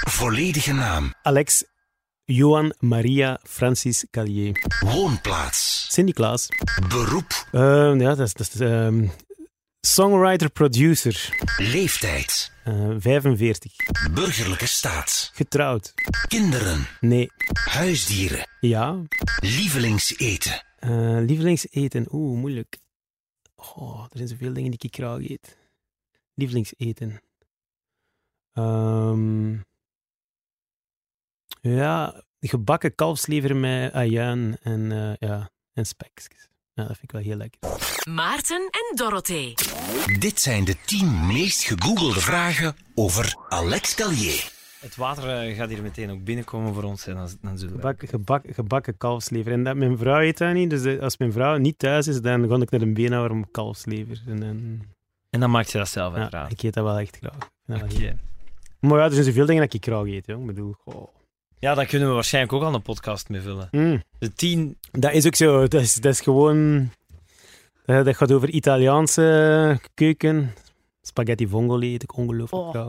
Volledige naam. Alex Johan Maria Francis Callier. Woonplaats. Sint-Niklaas. Beroep. Ja, dat is songwriter-producer. Leeftijd. 45. Burgerlijke staat. Getrouwd. Kinderen. Nee. Huisdieren. Ja. Lievelingseten. Lievelingseten. Moeilijk. Er zijn zoveel dingen die ik graag eet. Lievelingseten. Ja, gebakken kalfslever met ajuin en spekjes. Ja, dat vind ik wel heel lekker. Maarten en Dorothee. Dit zijn de 10 meest gegoogelde vragen over Alex Callier. Het water gaat hier meteen ook binnenkomen voor ons en dan zullen we... Gebakken kalfslever. En dat, mijn vrouw eet dat niet, dus als mijn vrouw niet thuis is, dan ga ik naar een beenhouwer om kalfslever. En dan maakt je dat zelf Ja, uiteraard. ik eet dat wel echt graag. Oké. Maar ja, er zijn zoveel dingen dat ik graag eet. Joh. Ik bedoel, Ja, daar kunnen we waarschijnlijk ook al een podcast mee vullen. De 10... Dat is ook zo. Dat is gewoon... Dat gaat over Italiaanse keuken. Spaghetti vongole eet ik ongelooflijk graag.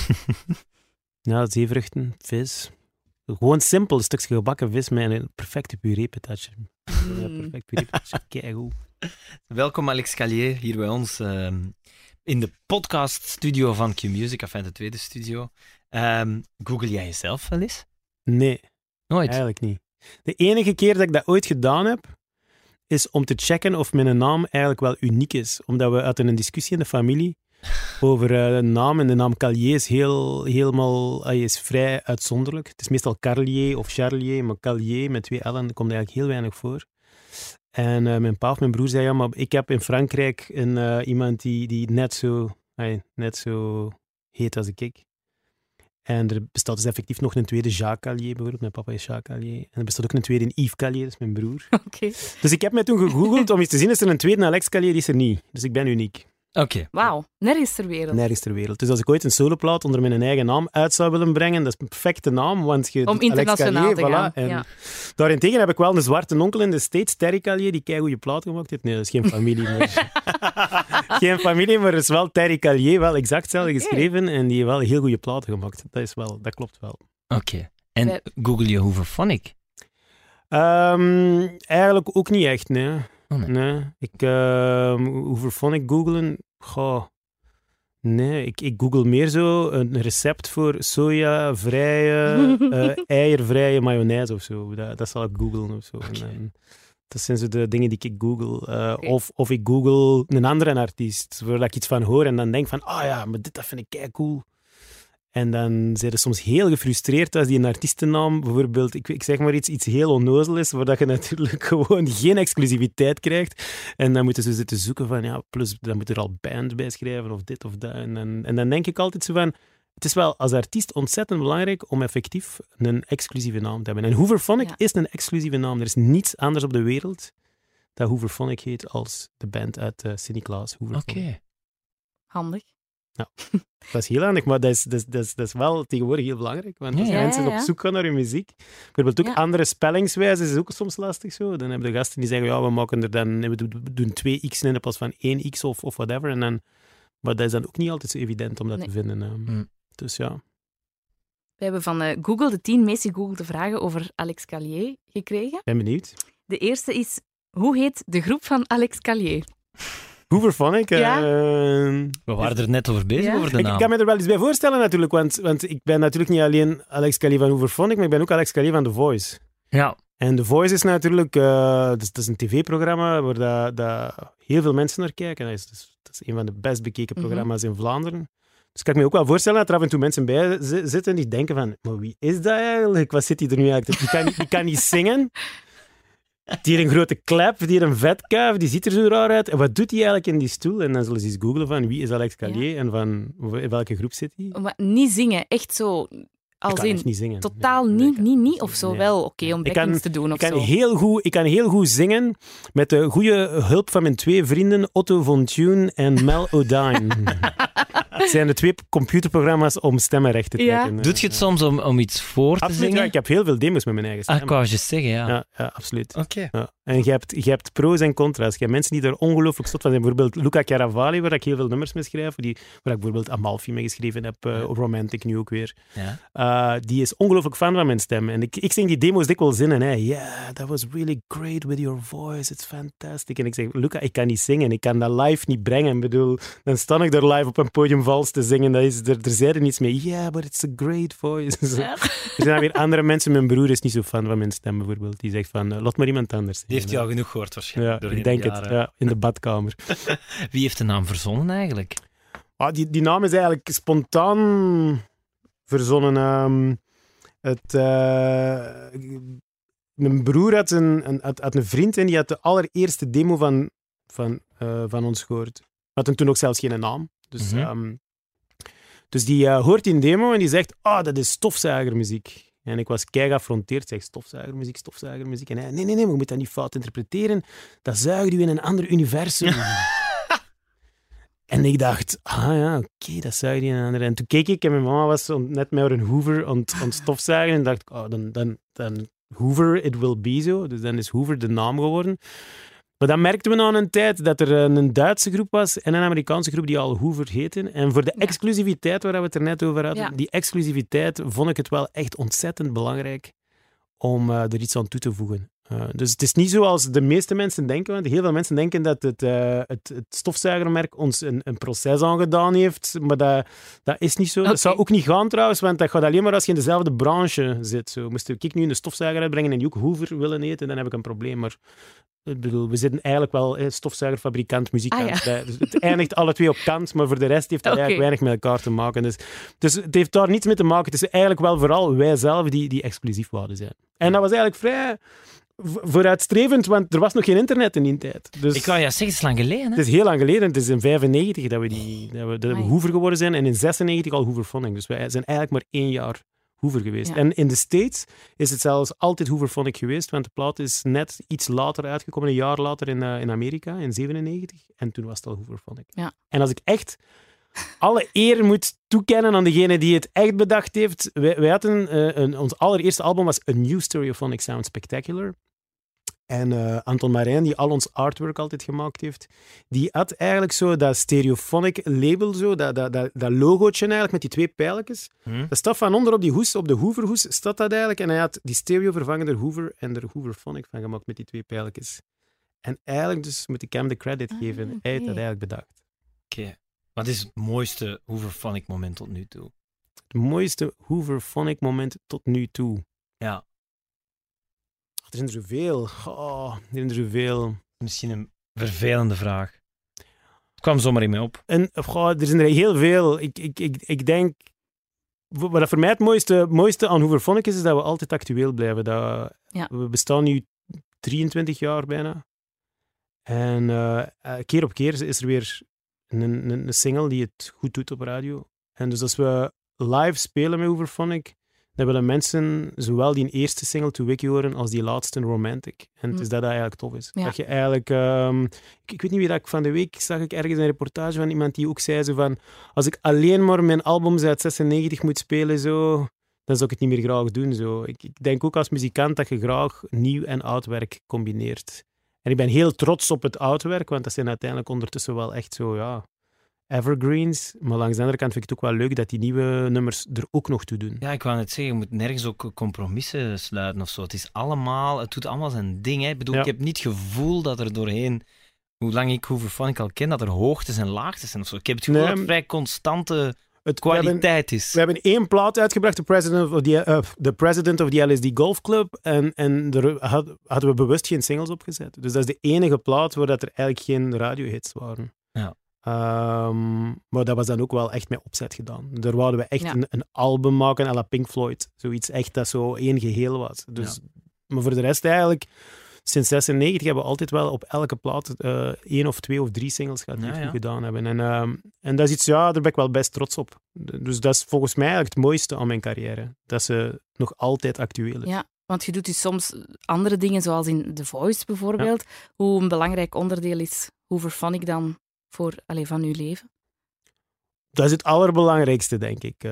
Ja, zeevruchten, vis. Gewoon simpel, een stukje gebakken vis met een perfecte puree-patatje. Perfect puree-patatje, keigoed. Welkom Alex Callier, hier bij ons in de podcaststudio van Q-Music, enfin de tweede studio. Google jij jezelf wel eens? Nee, Nooit? eigenlijk niet. De enige keer dat ik dat ooit gedaan heb, is om te checken of mijn naam eigenlijk wel uniek is. Omdat we hadden een discussie in de familie over een naam. En de naam Callier is is vrij uitzonderlijk. Het is meestal Carlier of Charlier, maar Callier met 2 L'en, dat komt eigenlijk heel weinig voor. En mijn pa of mijn broer zei, ja, maar ik heb in Frankrijk iemand die net zo heet als ik. En er bestaat dus effectief nog een tweede Jacques Callier, bijvoorbeeld. Mijn papa is Jacques Callier. En er bestaat ook een tweede Yves Callier, dat is mijn broer. Oké. Dus ik heb mij toen gegoogeld om eens te zien, is er een tweede Alex Callier, die is er niet. Dus ik ben uniek. Oké. Wauw, nergens ter wereld. Nergens ter wereld. Dus als ik ooit een soloplaat onder mijn eigen naam uit zou willen brengen, dat is een perfecte naam, want je Om doet internationaal Alex Callier, te gaan. En Ja. daarentegen heb ik wel een zwarte onkel in de States, Terry Callier, die keigoede plaat gemaakt heeft. Nee, dat is geen familie meer. Geen familie, maar het is wel Terry Callier, wel exact hetzelfde geschreven, en die heeft wel heel goede platen gemaakt. Dat klopt wel. Oké. En Google je Hooverphonic? Eigenlijk ook niet echt, nee. Oh, nee. Nee. Hooverphonic googlen? Goh. Nee, ik google meer zo een recept voor sojavrije, eiervrije mayonaise of zo. Dat zal ik googlen of zo. Okay. En dat zijn zo de dingen die ik google. Of ik google een andere artiest, waar ik iets van hoor en dan denk van, ja, maar dat vind ik keicool. En dan zijn ze soms heel gefrustreerd als die een artiestennaam, bijvoorbeeld, ik zeg maar iets heel onnozel is, waar je natuurlijk gewoon geen exclusiviteit krijgt. En dan moeten ze zitten zoeken van, ja, plus dan moet er al band bij schrijven of dit of dat. En dan denk ik altijd zo van, het is wel als artiest ontzettend belangrijk om effectief een exclusieve naam te hebben. En Hooverphonic is een exclusieve naam. Er is niets anders op de wereld dat Hooverphonic heet als de band uit Sint-Niklaas. Oké. Handig. Ja, dat is heel handig, maar dat is wel tegenwoordig heel belangrijk. Want als mensen op zoek gaan naar hun muziek, bijvoorbeeld ook andere spellingswijzen, is ook soms lastig zo. Dan hebben de gasten die zeggen, ja, we doen 2 x'en in plaats van 1 x of whatever. Maar dat is dan ook niet altijd zo evident om dat te vinden. Dus ja. We hebben van Google de 10 meest gegoogelde vragen over Alex Callier gekregen. Ben benieuwd. De eerste is, hoe heet de groep van Alex Callier? Hooverphonic? Ja. We waren er net over bezig, over de naam. Ik kan me er wel iets bij voorstellen natuurlijk, want ik ben natuurlijk niet alleen Alex Callier van Hooverphonic, maar ik ben ook Alex Callier van The Voice. Ja. En The Voice is natuurlijk dat is een tv-programma waar dat heel veel mensen naar kijken. Dat is een van de best bekeken programma's in Vlaanderen. Dus kan ik me ook wel voorstellen dat er af en toe mensen bij zitten die denken van, maar wie is dat eigenlijk? Wat zit hij er nu eigenlijk? Die kan niet zingen. Die heeft een grote klep, die heeft een vetkuif, die ziet er zo raar uit. En wat doet hij eigenlijk in die stoel? En dan zullen ze eens googlen van wie is Alex Callier en van in welke groep zit hij? Maar niet zingen, echt zo... Ik kan echt niet zingen. Totaal niet. Of zo wel oké om backings te doen of zo. Ik kan heel goed zingen met de goede hulp van mijn 2 vrienden Otto von Tune en Mel O'Dine. Het zijn de 2 computerprogramma's om stemmen recht te trekken. Doet je het soms om iets voor te absoluut, zingen? Ja, ik heb heel veel demos met mijn eigen stem. Ik wou je zeggen, ja. Ja, absoluut. Oké. Ja. En je hebt pro's en contra's. Je hebt mensen die er ongelooflijk zot van zijn. Bijvoorbeeld Luca Chiaravalli, waar ik heel veel nummers mee schrijf. Waar ik bijvoorbeeld Amalfi mee geschreven heb. Romantic nu ook weer. Ja. Die is ongelooflijk fan van mijn stem. En ik zing die demo's dikwijls in. En yeah, that was really great with your voice. It's fantastic. En ik zeg, Luca, ik kan niet zingen. Ik kan dat live niet brengen. Ik bedoel, dan sta ik er live op een podium vals te zingen. Er zei er niets mee. Yeah, but it's a great voice. Ja. Er zijn dan weer andere mensen. Mijn broer is niet zo fan van mijn stem bijvoorbeeld. Die zegt van, laat maar iemand anders zingen. Die heeft jou genoeg gehoord waarschijnlijk. Ja, doorheen ik denk de het. jaren. Ja, in de badkamer. Wie heeft de naam verzonnen eigenlijk? Die naam is eigenlijk spontaan verzonnen. Mijn broer had een vriend en die had de allereerste demo van ons gehoord. We hadden toen ook zelfs geen naam. Dus, dus die hoort die demo en die zegt, dat is stofzuigermuziek. En ik was kei geaffronteerd. Zeg, stofzuigermuziek. En hij, nee, maar je moet dat niet fout interpreteren. Dat zuigt u in een ander universum. En ik dacht, oké, dat zuigt u in een ander. En toen keek ik en mijn mama was net met een Hoover aan het stofzuigen. En dacht ik, dan Hoover, it will be so. Dus dan is Hoover de naam geworden. Maar dan merkten we na een tijd dat er een Duitse groep was en een Amerikaanse groep die al Hoover heten. En voor de exclusiviteit waar we het er net over hadden, die exclusiviteit vond ik het wel echt ontzettend belangrijk om er iets aan toe te voegen. Dus het is niet zoals de meeste mensen denken, want heel veel mensen denken dat het stofzuigermerk ons een proces aangedaan heeft, maar dat is niet zo. Okay. Dat zou ook niet gaan trouwens, want dat gaat alleen maar als je in dezelfde branche zit. Zo, moest ik nu een stofzuiger uitbrengen en die ook Hoover willen eten, dan heb ik een probleem. Maar ik bedoel, we zitten eigenlijk wel stofzuigerfabrikant, muzikant. Dus het eindigt alle twee op kant, maar voor de rest heeft dat eigenlijk weinig met elkaar te maken. Dus het heeft daar niets mee te maken. Het is eigenlijk wel vooral wij zelf die exclusief wouden zijn. En dat was eigenlijk vrij vooruitstrevend, want er was nog geen internet in die tijd. Dus ik wou zeggen, het is lang geleden. Hè? Het is heel lang geleden. Het is in 1995 dat we Hoover geworden zijn en in 1996 al Hooverphonic. Dus wij zijn eigenlijk maar 1 jaar Hoover geweest. Ja. En in de States is het zelfs altijd Hooverphonic geweest, want de plaat is net iets later uitgekomen, een jaar later in Amerika, in 1997. En toen was het al Hooverphonic. Ja. En als ik echt alle eer moet toekennen aan degene die het echt bedacht heeft, wij hadden, ons allereerste album was A New Stereophonic Sound Spectacular. En Anton Marijn, die al ons artwork altijd gemaakt heeft, die had eigenlijk zo dat stereophonic label, zo, dat logootje eigenlijk met die 2 pijltjes. Dat staat van onder op die hoes, op de Hooverhoes staat dat eigenlijk. En hij had die stereo vervangen door Hoover en er Hooverphonic van gemaakt met die 2 pijltjes. En eigenlijk dus moet ik hem de credit geven. Okay. Hij heeft dat eigenlijk bedacht. Oké. Wat is het mooiste Hooverphonic moment tot nu toe? Het mooiste Hooverphonic moment tot nu toe? Ja. Er zijn er zoveel. Misschien een vervelende vraag. Het kwam zomaar in mij op. Er zijn er heel veel. Ik denk... Wat voor mij het mooiste aan Hooverphonic is dat we altijd actueel blijven. We bestaan nu 23 jaar bijna. En keer op keer is er weer een single die het goed doet op radio. En dus als we live spelen met Hooverphonic, dan willen mensen zowel die eerste single To Wiki horen als die laatste Romantic. En het is dat eigenlijk tof is. Ja. Dat je eigenlijk... ik weet niet wie dat ik van de week zag ik ergens een reportage van iemand die ook zei zo van, als ik alleen maar mijn albums uit 96 moet spelen, zo, dan zou ik het niet meer graag doen. Zo. Ik denk ook als muzikant dat je graag nieuw en oud werk combineert. En ik ben heel trots op het oud werk, want dat zijn uiteindelijk ondertussen wel echt zo, ja, evergreens. Maar langs de andere kant vind ik het ook wel leuk dat die nieuwe nummers er ook nog toe doen. Ja, ik wou net zeggen, je moet nergens ook compromissen sluiten of zo. Het doet allemaal zijn ding. Hè. Ik bedoel, ik heb niet het gevoel dat er doorheen, hoe lang ik Hooverphonic al ken, dat er hoogtes en laagtes zijn of zo. Ik heb het gevoel dat het vrij constante kwaliteit is. We hebben 1 plaat uitgebracht, The President of the LSD Golf Club, en daar hadden we bewust geen singles opgezet. Dus dat is de enige plaat waar dat er eigenlijk geen radiohits waren. Ja. Maar dat was dan ook wel echt met opzet gedaan. Daar wouden we echt een album maken à la Pink Floyd. Zoiets echt dat zo 1 geheel was. Dus, maar voor de rest eigenlijk, sinds 96 hebben we altijd wel op elke plaat 1 of 2 of 3 singles gehad die we gedaan hebben. En dat is iets, daar ben ik wel best trots op. Dus dat is volgens mij eigenlijk het mooiste aan mijn carrière. Dat ze nog altijd actueel is. Ja, want je doet dus soms andere dingen, zoals in The Voice bijvoorbeeld. Ja. Hoe een belangrijk onderdeel is Hooverphonic dan van uw leven? Dat is het allerbelangrijkste, denk ik.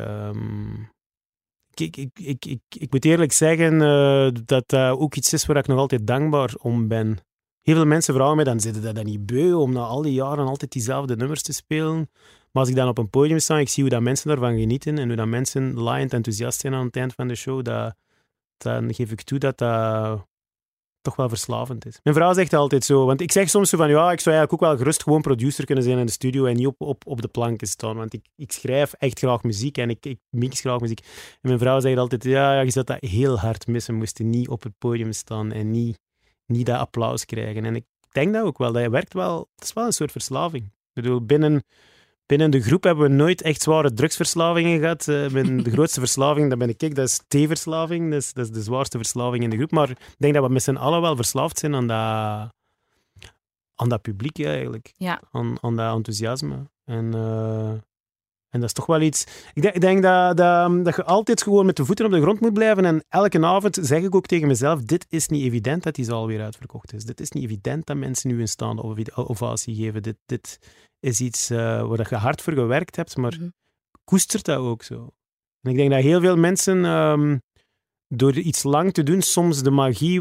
Ik moet eerlijk zeggen dat dat ook iets is waar ik nog altijd dankbaar om ben. heel veel mensen vragen mij, dan zitten dat dan niet beu om na al die jaren altijd diezelfde nummers te spelen. Maar als ik dan op een podium sta, ik zie hoe dat mensen daarvan genieten en hoe dat mensen laaiend enthousiast zijn aan het eind van de show, dan geef ik toe dat dat toch wel verslavend is. Mijn vrouw zegt altijd zo, want ik zeg soms zo van, ja, ik zou eigenlijk ook wel gerust gewoon producer kunnen zijn in de studio en niet op de planken staan, want ik schrijf echt graag muziek en ik mix graag muziek. En mijn vrouw zegt altijd, ja, je zou dat heel hard missen, moest je niet op het podium staan en niet dat applaus krijgen. En ik denk dat ook wel, dat werkt wel, het is wel een soort verslaving. Ik bedoel, binnen de groep hebben we nooit echt zware drugsverslavingen gehad. De grootste verslaving, dat ben ik, dat is theeverslaving. Dat is de zwaarste verslaving in de groep. Maar ik denk dat we met z'n allen wel verslaafd zijn aan dat publiek eigenlijk. Ja. Aan dat enthousiasme. En dat is toch wel iets... Ik denk dat je altijd gewoon met de voeten op de grond moet blijven. En elke avond zeg ik ook tegen mezelf, dit is niet evident dat die zaal weer uitverkocht is. Dit is niet evident dat mensen nu een staande ovatie geven. Dit is iets waar je hard voor gewerkt hebt, maar koestert dat ook zo. En ik denk dat heel veel mensen door iets lang te doen soms de magie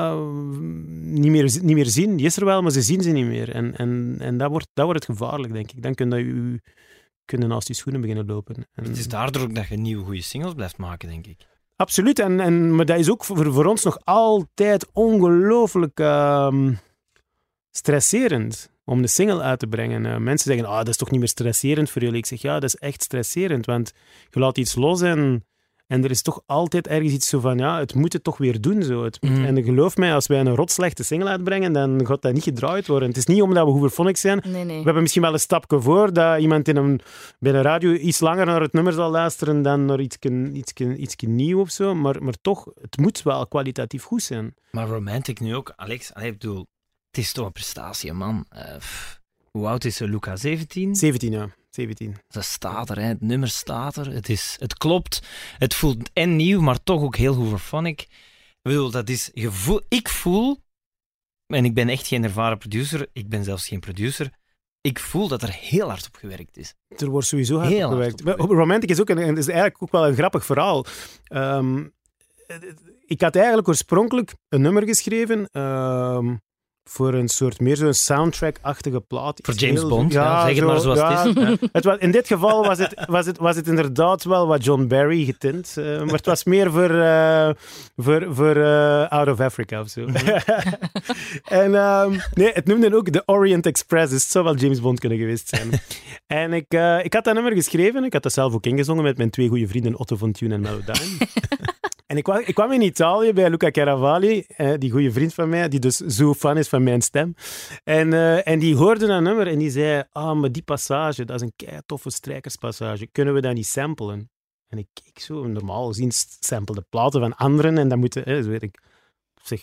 niet meer zien. Die is er wel, maar ze zien ze niet meer. En dat wordt het gevaarlijk, denk ik. Dan kunnen naast je schoenen beginnen lopen. Het is daardoor ook dat je nieuwe goede singles blijft maken, denk ik. Absoluut. Maar dat is ook voor ons nog altijd ongelooflijk stresserend om de single uit te brengen. Mensen zeggen, dat is toch niet meer stresserend voor jullie? Ik zeg, ja, dat is echt stresserend, want je laat iets los en er is toch altijd ergens iets zo van, ja, het moet het toch weer doen. Zo. En geloof mij, als wij een rotslechte single uitbrengen, dan gaat dat niet gedraaid worden. Het is niet omdat we Hooverphonic zijn. Nee. We hebben misschien wel een stapje voor dat iemand bij een radio iets langer naar het nummer zal luisteren dan naar iets nieuw of zo. Maar toch, het moet wel kwalitatief goed zijn. Maar Romantic nu ook, Alex, ik bedoel, het is toch een prestatie, man. Hoe oud is Luca? 17? 17, ja. 17. Dat staat er, hè. Het nummer staat er. Het klopt. Het voelt en nieuw, maar toch ook heel Hooverphonic. Ik bedoel, dat is ik voel, en ik ben echt geen ervaren producer, ik ben zelfs geen producer, ik voel dat er heel hard op gewerkt is. Er wordt sowieso hard op gewerkt. Romantic is ook is eigenlijk ook wel een grappig verhaal. Ik had eigenlijk oorspronkelijk een nummer geschreven voor een soort meer zo'n soundtrack-achtige plaat. Voor James Bond, zeg het maar zoals het is. In dit geval was het inderdaad wel wat John Barry getint, maar het was meer voor Out of Africa of zo. En het noemde ook The Orient Express, dus het zou wel James Bond kunnen geweest zijn. En ik had dat nummer geschreven, ik had dat zelf ook ingezongen met mijn 2 goede vrienden Otto von Thun en Melodyne. En ik kwam in Italië bij Luca Caravali, die goede vriend van mij, die dus zo fan is van mijn stem. En die hoorde dat nummer en die zei, maar die passage, dat is een kei toffe strijkerspassage, kunnen we dat niet samplen? En ik keek zo, normaal gezien sample de platen van anderen en dan moeten, zo weet ik. Ik zeg,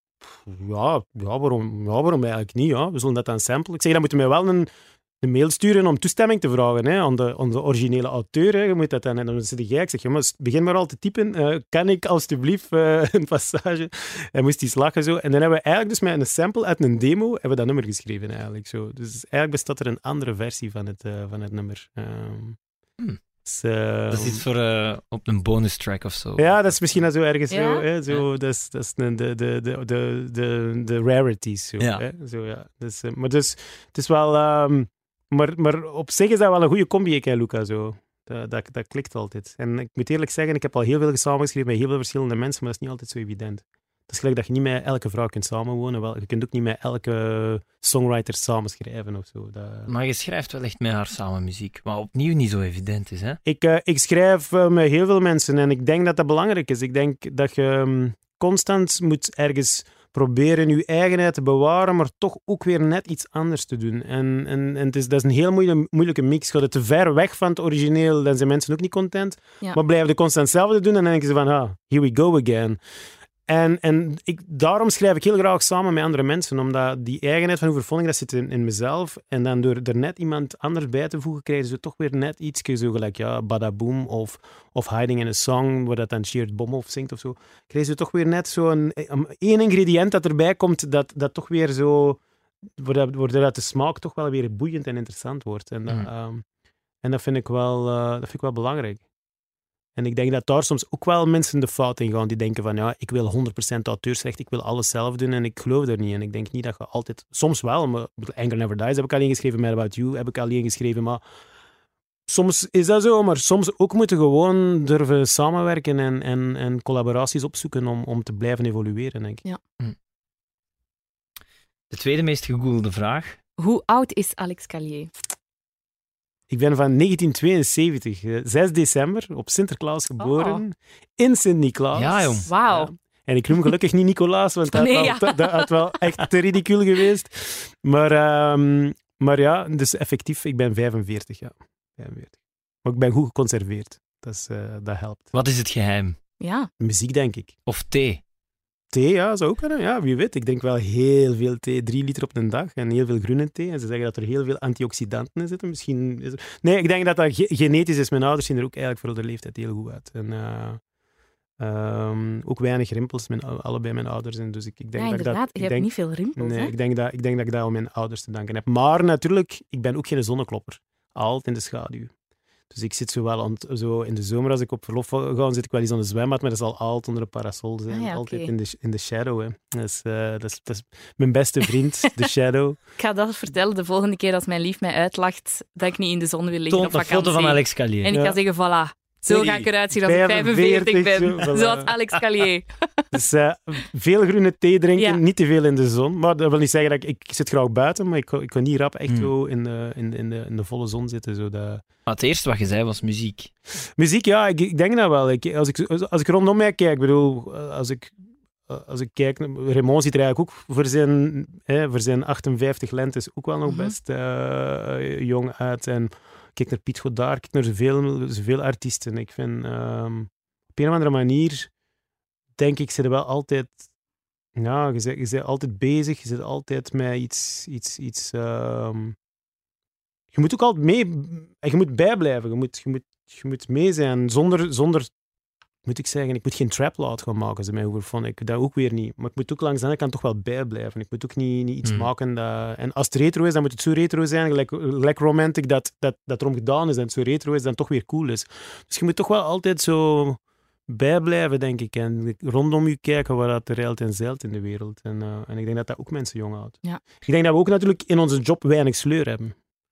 waarom eigenlijk niet? Ja? We zullen dat dan samplen. Ik zeg, dan moeten we wel een mail sturen om toestemming te vragen aan de originele auteur. Hè. Je moet dat dan, en dan zit ik zeg, jongens, begin maar al te typen. Kan ik alstublieft een passage? Hij moest iets lachen zo. En dan hebben we eigenlijk dus met een sample uit een demo hebben we dat nummer geschreven eigenlijk zo. Dus eigenlijk bestaat er een andere versie van het nummer. Dat is iets voor op een bonus track of zo. Ja, dat is misschien zo ergens ja? zo. Hè, zo dat is de rarities. Zo, ja. Hè, zo, ja. Dus, maar dus, het is wel... Maar op zich is dat wel een goede combi, hè, Luca. Zo. Dat klikt altijd. En ik moet eerlijk zeggen, ik heb al heel veel samengeschreven met heel veel verschillende mensen, maar dat is niet altijd zo evident. Het is gelijk dat je niet met elke vrouw kunt samenwonen. Wel, je kunt ook niet met elke songwriter samenschrijven of zo. Maar je schrijft wel echt met haar samen muziek, wat opnieuw niet zo evident is, hè? Ik schrijf met heel veel mensen en ik denk dat dat belangrijk is. Ik denk dat je constant moet ergens proberen je eigenheid te bewaren, maar toch ook weer net iets anders te doen. En dat is een heel moeilijke mix. Gaat het te ver weg van het origineel, dan zijn mensen ook niet content. Ja. Maar blijven ze constant hetzelfde doen en dan denken ze van, here we go again. En daarom schrijf ik heel graag samen met andere mensen, omdat die eigenheid van Hooverphonic, dat zit in mezelf. En dan door er net iemand anders bij te voegen, krijgen ze toch weer net iets, zo gelijk Badaboom of Hiding in a Song, waar dat dan Sheard Bomhoff zingt of zo. Krijgen ze toch weer net zo'n één ingrediënt dat erbij komt, dat toch weer zo, waardoor de smaak toch wel weer boeiend en interessant wordt. En dat vind ik wel belangrijk. En ik denk dat daar soms ook wel mensen de fout in gaan die denken van ja, ik wil 100% auteursrecht, ik wil alles zelf doen en ik geloof er niet. En ik denk niet dat je altijd... Soms wel, maar Anger Never Dies heb ik alleen geschreven, Mad About You heb ik alleen geschreven, maar soms is dat zo, maar soms ook moeten gewoon durven samenwerken en collaboraties opzoeken om te blijven evolueren, denk ik. Ja. De tweede meest gegoogelde vraag. Hoe oud is Alex Calier? Ik ben van 1972, 6 december, op Sinterklaas geboren, in Sint-Niklaas. Ja, jong. Wauw. Ja. En ik noem gelukkig niet Nicolaas, want dat had wel echt te ridicuul geweest. Maar ja, dus effectief, ik ben 45, ja. 45. Maar ik ben goed geconserveerd. Dat helpt. Wat is het geheim? Ja. Muziek, denk ik. Of thee? Thee, ja, zou ook kunnen. Ja, wie weet. Ik drink wel heel veel thee. 3 liter op een dag. En heel veel groene thee. En ze zeggen dat er heel veel antioxidanten in zitten. Misschien is er... Nee, ik denk dat dat genetisch is. Mijn ouders zien er ook eigenlijk voor de leeftijd heel goed uit. En ook weinig rimpels. Allebei mijn ouders. En dus ik denk inderdaad. Je hebt niet veel rimpels, Nee, hè? ik denk dat ik dat aan mijn ouders te danken heb. Maar natuurlijk, ik ben ook geen zonneklopper. Altijd in de schaduw. Dus ik zit zo in de zomer, als ik op verlof ga, zit ik wel eens aan de zwembad, maar dat zal altijd onder een parasol zijn. Altijd in de shadow. Hè. Dat is mijn beste vriend, de shadow. Ik ga dat vertellen de volgende keer als mijn lief mij uitlacht dat ik niet in de zon wil liggen Toon op een vakantie. foto van Alex Calier. En ik ga zeggen, voilà, zo ga ik eruit zien als ik 45 ben. Zo, voilà. Zoals Alex Calier. Dus veel groene thee drinken, Ja. niet te veel in de zon. Maar dat wil niet zeggen dat ik zit graag buiten, maar ik kan niet rap echt zo in de volle zon zitten. Zo dat... Maar het eerste wat je zei was muziek. Muziek, ja, ik denk dat wel. Als ik rondom mij kijk, bedoel, als ik kijk, Raymond ziet er eigenlijk ook voor zijn 58 lentes ook wel nog best jong uit. En kijk naar Piet Godard, kijk naar zoveel artiesten. Ik vind, op een of andere manier, denk ik, zit er wel altijd... Ja, je bent altijd bezig, je zit altijd met iets je moet ook altijd mee... En je moet bijblijven, je moet mee zijn, zonder moet ik zeggen, ik moet geen trap-loud gaan maken, ze mij over vond ik. Dat ook weer niet. Maar ik moet ook langs de andere kant toch wel bijblijven. Ik moet ook niet iets maken dat... En als het retro is, dan moet het zo retro zijn, gelijk Romantic, dat erom gedaan is en het zo retro is, dan toch weer cool is. Dus je moet toch wel altijd zo bijblijven, denk ik. En rondom je kijken waar dat reilt en zeilt in de wereld. En ik denk dat dat ook mensen jong houdt. Ja. Ik denk dat we ook natuurlijk in onze job weinig sleur hebben.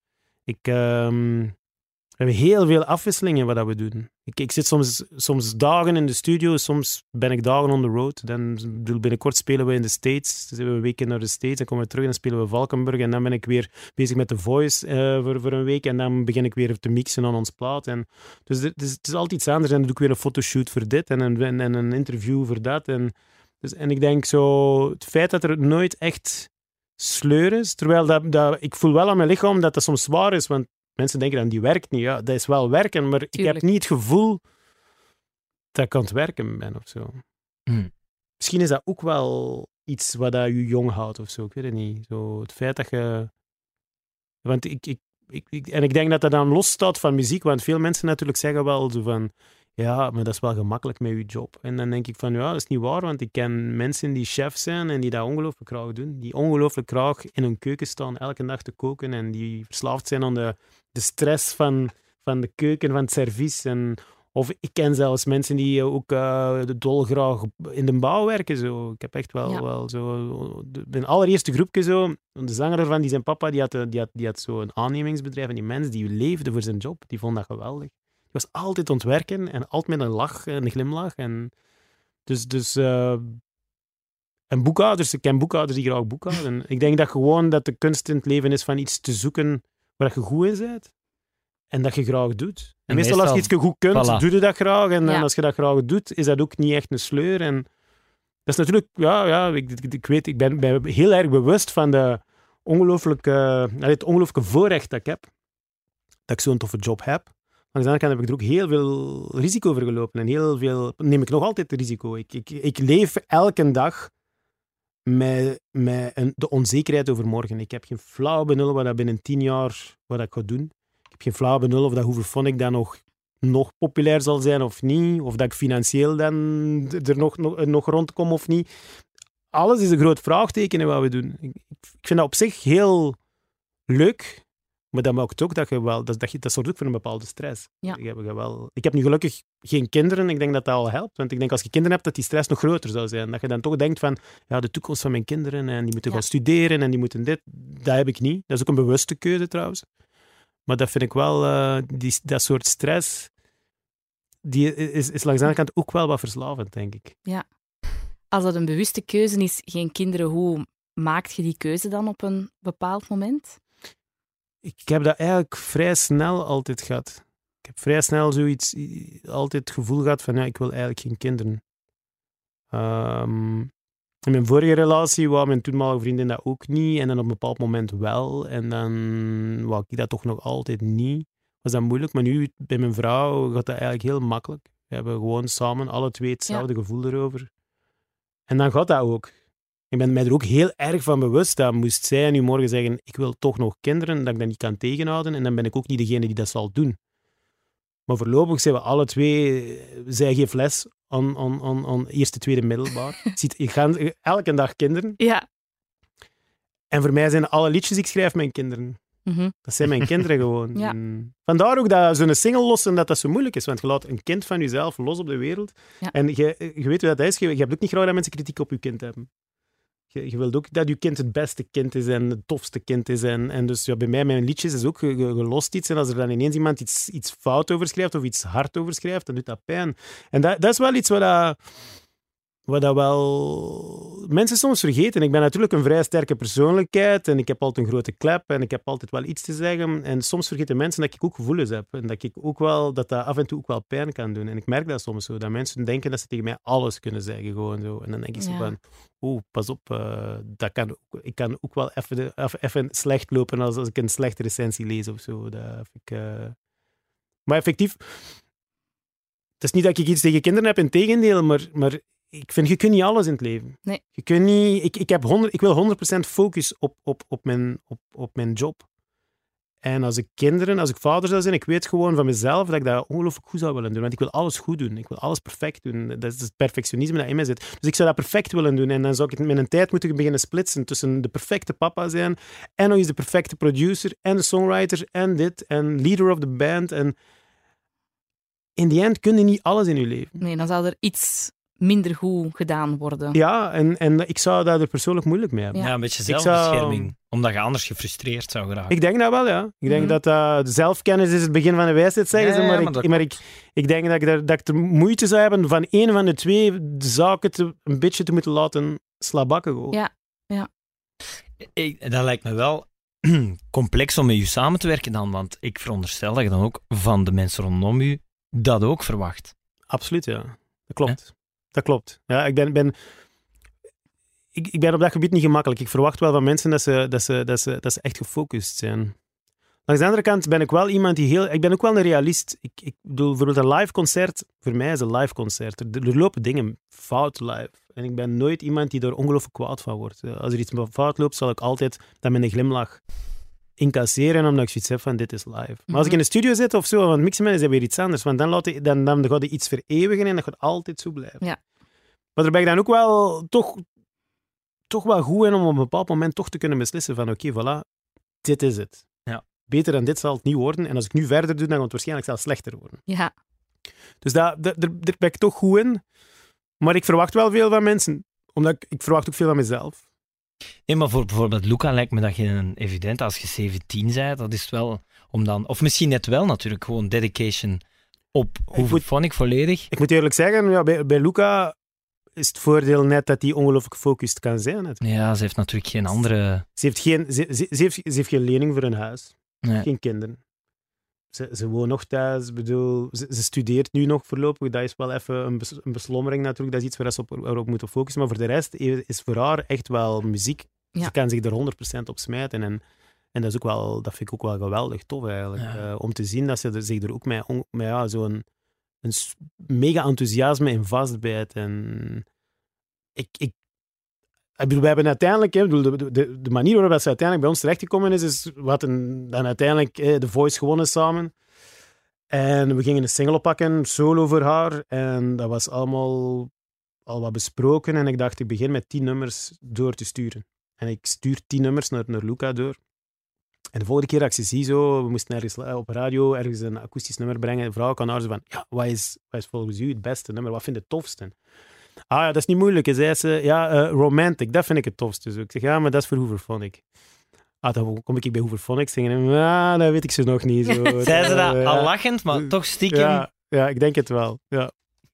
We hebben heel veel afwisselingen wat dat we doen. Ik zit soms dagen in de studio, soms ben ik dagen on the road. Dan binnenkort spelen we in de States. Dan zijn we een week naar de States, dan komen we terug en dan spelen we Valkenburg. En dan ben ik weer bezig met The Voice voor een week. En dan begin ik weer te mixen aan ons plaat. En dus het is altijd iets anders. En dan doe ik weer een fotoshoot voor dit en een interview voor dat. En ik denk zo, het feit dat er nooit echt sleur is, terwijl ik voel wel aan mijn lichaam dat dat soms zwaar is, want mensen denken dan, die werkt niet. Ja, dat is wel werken, maar ik heb niet het gevoel dat ik aan het werken ben of zo. Misschien is dat ook wel iets wat dat je jong houdt of zo. Ik weet het niet. Zo, het feit dat je... Want ik denk dat dat dan losstaat van muziek, want veel mensen natuurlijk zeggen wel zo van, ja, maar dat is wel gemakkelijk met je job. En dan denk ik van, ja, dat is niet waar, want ik ken mensen die chef zijn en die dat ongelooflijk graag doen. Die ongelooflijk graag in hun keuken staan, elke dag te koken en die verslaafd zijn aan de stress van de keuken, van het servies. Of ik ken zelfs mensen die ook dolgraag in de bouw werken. Zo. Ik heb echt wel zo... Mijn allereerste groepje zo, de zanger ervan, die zijn papa, die had zo een aannemingsbedrijf en die mens die leefde voor zijn job, die vond dat geweldig. Die was altijd aan het werken en altijd met een lach en een glimlach. En en boekhouders, ik ken boekhouders die graag boekhouden. Ik denk dat gewoon dat de kunst in het leven is van iets te zoeken waar je goed in bent en dat je graag doet. En meestal als je iets goed kunt, doe je dat graag. En als je dat graag doet, is dat ook niet echt een sleur. En dat is natuurlijk... ik weet, ik ben heel erg bewust van het ongelooflijke voorrecht dat ik heb. Dat ik zo'n toffe job heb. Aan de andere kant heb ik er ook heel veel risico voor gelopen. En heel veel... Neem ik nog altijd het risico. Ik leef elke dag met de onzekerheid over morgen. Ik heb geen flauw benul wat dat binnen 10 jaar wat ik ga doen. Ik heb geen flauw benul of dat Hooverphonic dan nog populair zal zijn of niet. Of dat ik financieel dan er nog rondkom of niet. Alles is een groot vraagteken in wat we doen. Ik vind dat op zich heel leuk. Maar dat maakt ook dat je wel... Dat zorgt ook voor een bepaalde stress. Ja. Ik heb nu gelukkig geen kinderen. Ik denk dat dat al helpt. Want ik denk als je kinderen hebt, dat die stress nog groter zou zijn. Dat je dan toch denkt van, ja, de toekomst van mijn kinderen, en die moeten gaan studeren, en die moeten dit. Dat heb ik niet. Dat is ook een bewuste keuze, trouwens. Maar dat vind ik wel... dat soort stress... Die is langs de andere kant ook wel wat verslavend, denk ik. Ja. Als dat een bewuste keuze is, geen kinderen, hoe maakt je die keuze dan op een bepaald moment? Ik heb dat eigenlijk vrij snel altijd gehad. Ik heb vrij snel altijd het gevoel gehad van, ja, ik wil eigenlijk geen kinderen. In mijn vorige relatie wou mijn toenmalige vriendin dat ook niet. En dan op een bepaald moment wel. En dan wou ik dat toch nog altijd niet. Was dat moeilijk. Maar nu, bij mijn vrouw, gaat dat eigenlijk heel makkelijk. We hebben gewoon samen alle twee hetzelfde gevoel erover. En dan gaat dat ook. Ik ben mij er ook heel erg van bewust dat moest zij nu morgen zeggen, ik wil toch nog kinderen, dat ik dat niet kan tegenhouden. En dan ben ik ook niet degene die dat zal doen. Maar voorlopig zijn we alle twee... Zij geeft les aan eerste, tweede middelbaar. Ik ga elke dag kinderen. Ja. En voor mij zijn alle liedjes die ik schrijf mijn kinderen. Mm-hmm. Dat zijn mijn kinderen gewoon. Ja. Vandaar ook dat zo'n single lossen, dat zo moeilijk is. Want je laat een kind van jezelf los op de wereld. Ja. En je weet hoe dat is. Je hebt ook niet graag dat mensen kritiek op je kind hebben. Je wilt ook dat je kind het beste kind is en het tofste kind is. En dus ja, bij mij, mijn liedjes is ook gelost iets. En als er dan ineens iemand iets fout over schrijft of iets hard over schrijft, dan doet dat pijn. En dat is wel iets wat dat wel mensen soms vergeten. Ik ben natuurlijk een vrij sterke persoonlijkheid en ik heb altijd een grote klep en ik heb altijd wel iets te zeggen. En soms vergeten mensen dat ik ook gevoelens heb. En dat ik ook wel, dat af en toe ook wel pijn kan doen. En ik merk dat soms zo, dat mensen denken dat ze tegen mij alles kunnen zeggen. Gewoon zo. En dan denk ik zo van, pas op, dat kan ook, ik kan ook wel even slecht lopen als ik een slechte recensie lees of zo. Maar effectief, het is niet dat ik iets tegen kinderen heb, integendeel, maar ik vind, je kunt niet alles in het leven. Nee. Je kunt niet... Ik wil 100% focus op mijn job. En als ik vader zou zijn, ik weet gewoon van mezelf dat ik dat ongelooflijk goed zou willen doen. Want ik wil alles goed doen. Ik wil alles perfect doen. Dat is het perfectionisme dat in mij zit. Dus ik zou dat perfect willen doen. En dan zou ik met een tijd moeten beginnen splitsen tussen de perfecte papa zijn en nog eens de perfecte producer en de songwriter en dit en leader of the band. En in die end kun je niet alles in je leven. Nee, dan zou er iets minder goed gedaan worden. Ja, en ik zou daar persoonlijk moeilijk mee hebben. Ja, een beetje zelfbescherming. Omdat je anders gefrustreerd zou geraken. Ik denk dat wel, ja. Ik denk dat zelfkennis is het begin van de wijsheid, zeggen ze. Maar ik denk dat ik de moeite zou hebben van één van de twee zaken een beetje te moeten laten slabakken. Gewoon. Ja. Dat lijkt me wel complex om met u samen te werken dan, want ik veronderstel dat je dan ook van de mensen rondom u dat ook verwacht. Absoluut, ja. Dat klopt. Dat klopt. Ja, ik ben op dat gebied niet gemakkelijk. Ik verwacht wel van mensen dat ze echt gefocust zijn. Langs de andere kant ben ik wel iemand ik ben ook wel een realist. Ik bedoel, bijvoorbeeld een live concert, voor mij is een live concert. Er lopen dingen fout live. En ik ben nooit iemand die er ongelooflijk kwaad van wordt. Als er iets fout loopt, zal ik altijd dat met een glimlach incasseren, omdat ik zoiets heb van, dit is live. Maar als ik in de studio zit of zo, want mixen is dat weer iets anders. Want dan gaat je iets vereeuwigen en dat gaat altijd zo blijven. Ja. Maar daar ben ik dan ook wel toch wel goed in om op een bepaald moment toch te kunnen beslissen van, oké, voilà, dit is het. Ja. Beter dan dit zal het niet worden. En als ik nu verder doe, dan gaat het waarschijnlijk zelfs slechter worden. Ja. Dus daar ben ik toch goed in. Maar ik verwacht wel veel van mensen. Omdat ik verwacht ook veel van mezelf. Nee, maar voor bijvoorbeeld Luca lijkt me dat geen evident. Als je 17 bent, dat is wel om dan... Of misschien net wel natuurlijk, gewoon dedication op Hooverphonic volledig. Ik moet eerlijk zeggen, ja, bij Luca is het voordeel net dat hij ongelooflijk gefocust kan zijn. Natuurlijk. Ja, ze heeft natuurlijk geen andere... Ze heeft geen lening voor een huis. Nee. Geen kinderen. Ze woont nog thuis. Bedoel, ze studeert nu nog voorlopig. Dat is wel even een beslommering natuurlijk. Dat is iets waar ze op moeten focussen. Maar voor de rest is voor haar echt wel muziek. Ja. Ze kan zich er 100% op smijten. En dat is ook wel, dat vind ik ook wel geweldig tof eigenlijk. Ja. Om te zien dat ze zich er ook met zo'n mega enthousiasme in vastbijt. En ik bedoel, we hebben uiteindelijk, de manier waarop ze uiteindelijk bij ons terechtgekomen is we hadden dan uiteindelijk The Voice gewonnen samen. En we gingen een single oppakken, solo voor haar. En dat was allemaal al wat besproken. En ik dacht, ik begin met 10 nummers door te sturen. En ik stuur 10 nummers naar Luca door. En de volgende keer dat ik ze zie, zo, we moesten ergens op radio ergens een akoestisch nummer brengen. De vrouw kan haar zo van, ja, wat is volgens u het beste nummer? Wat vind je het tofste? Ah ja, dat is niet moeilijk. En zei ze, Romantic, dat vind ik het tofste. Zo, ik zeg, ja, maar dat is voor Hooverphonic. Dan kom ik bij Hooverphonic zingen en dat weet ik ze nog niet. Zo. Zei ze dat al lachend, maar toch stiekem? Ja, ik denk het wel. Ja.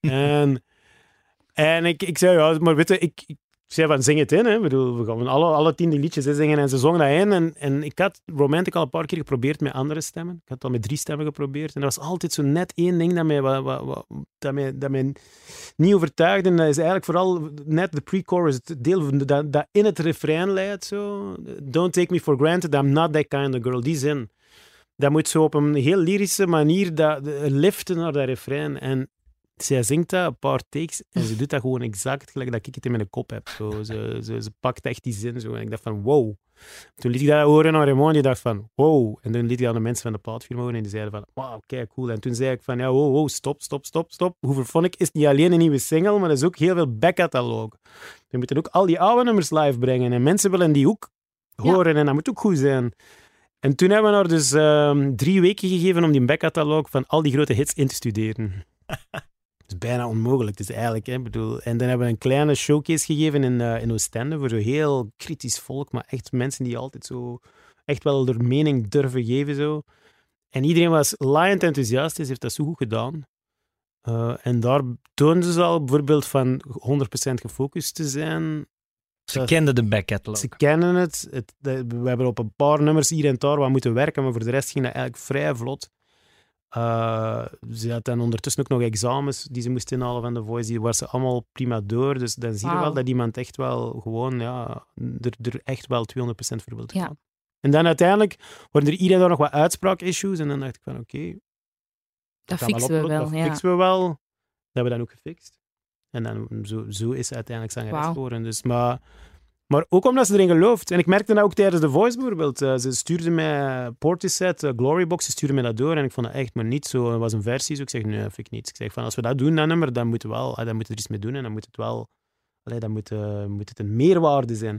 En ik zei, ja, maar weet je, ik zei van, zing het in. Hè. Ik bedoel, we gaan alle 10 die liedjes zingen en ze zongen dat in. En ik had Romantic al een paar keer geprobeerd met andere stemmen. Ik had het al met 3 stemmen geprobeerd. En er was altijd zo net één ding dat mij niet overtuigde. En dat is eigenlijk vooral net de pre-chorus, het deel dat in het refrein leidt. Zo. Don't take me for granted, I'm not that kind of girl. Die zin. Dat moet zo op een heel lyrische manier liften naar dat refrein. En zij zingt dat, een paar takes, en ze doet dat gewoon exact gelijk dat ik het in mijn kop heb. Zo, ze pakt echt die zin zo. En ik dacht van, wow. Toen liet ik dat horen aan Raymond, die dacht van, wow. En toen liet ik aan de mensen van de plaatfirma horen en die zeiden van, wow, kijk, cool. En toen zei ik van, ja, wow, stop. Hooverphonic is niet alleen een nieuwe single, maar dat is ook heel veel backcatalog. We moeten ook al die oude nummers live brengen. En mensen willen die ook horen en dat moet ook goed zijn. En toen hebben we haar dus 3 weken gegeven om die backcatalog van al die grote hits in te studeren. Dat is bijna onmogelijk. Dus eigenlijk, en dan hebben we een kleine showcase gegeven in Oostende voor zo heel kritisch volk, maar echt mensen die altijd zo echt wel hun mening durven geven. Zo. En iedereen was laaiend enthousiast, heeft dat zo goed gedaan. En daar toonden ze al bijvoorbeeld van 100% gefocust te zijn. Ze kenden de backcatalog. Ze kennen het. We hebben op een paar nummers hier en daar wat moeten werken, maar voor de rest ging dat eigenlijk vrij vlot. Ze had dan ondertussen ook nog examens die ze moest inhalen van The Voice. Die waren ze allemaal prima door. Dus dan zie je wel dat iemand echt wel gewoon er echt wel 200% voor wil gaan. Ja. En dan uiteindelijk worden er iedereen nog wat uitspraak-issues. En dan dacht ik van oké, dat fixen we wel. Dat fixen we wel. Dat hebben we dan ook gefixt. En dan zo is ze uiteindelijk zangeres geworden. Dus, maar ook omdat ze erin gelooft. En ik merkte dat ook tijdens The Voice bijvoorbeeld. Ze stuurde mij Portishead, Glorybox, ze stuurde mij dat door. En ik vond dat echt maar niet zo. Het was een versie, zo. Ik zeg, nee, dat vind ik niet. Ik zeg, van, als we dat doen, dat nummer, dan moeten we er iets mee doen. En dan moet het wel... dan moet het een meerwaarde zijn.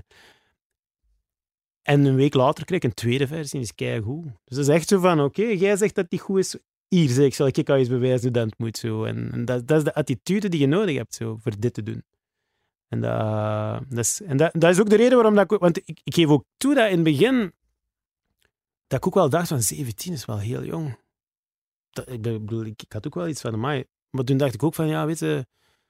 En een week later kreeg ik een tweede versie. Die is keigoed. Dus dat is echt zo van, oké, jij zegt dat die goed is. Hier, zeg ik, zal ik eens bewijzen hoe dat moet. Zo. En dat is de attitude die je nodig hebt zo, voor dit te doen. En dat is ook de reden waarom dat ik... Want ik geef ook toe dat in het begin... Dat ik ook wel dacht van 17 is wel heel jong. Ik bedoel, ik had ook wel iets van amai. Maar toen dacht ik ook van, ja, weet je...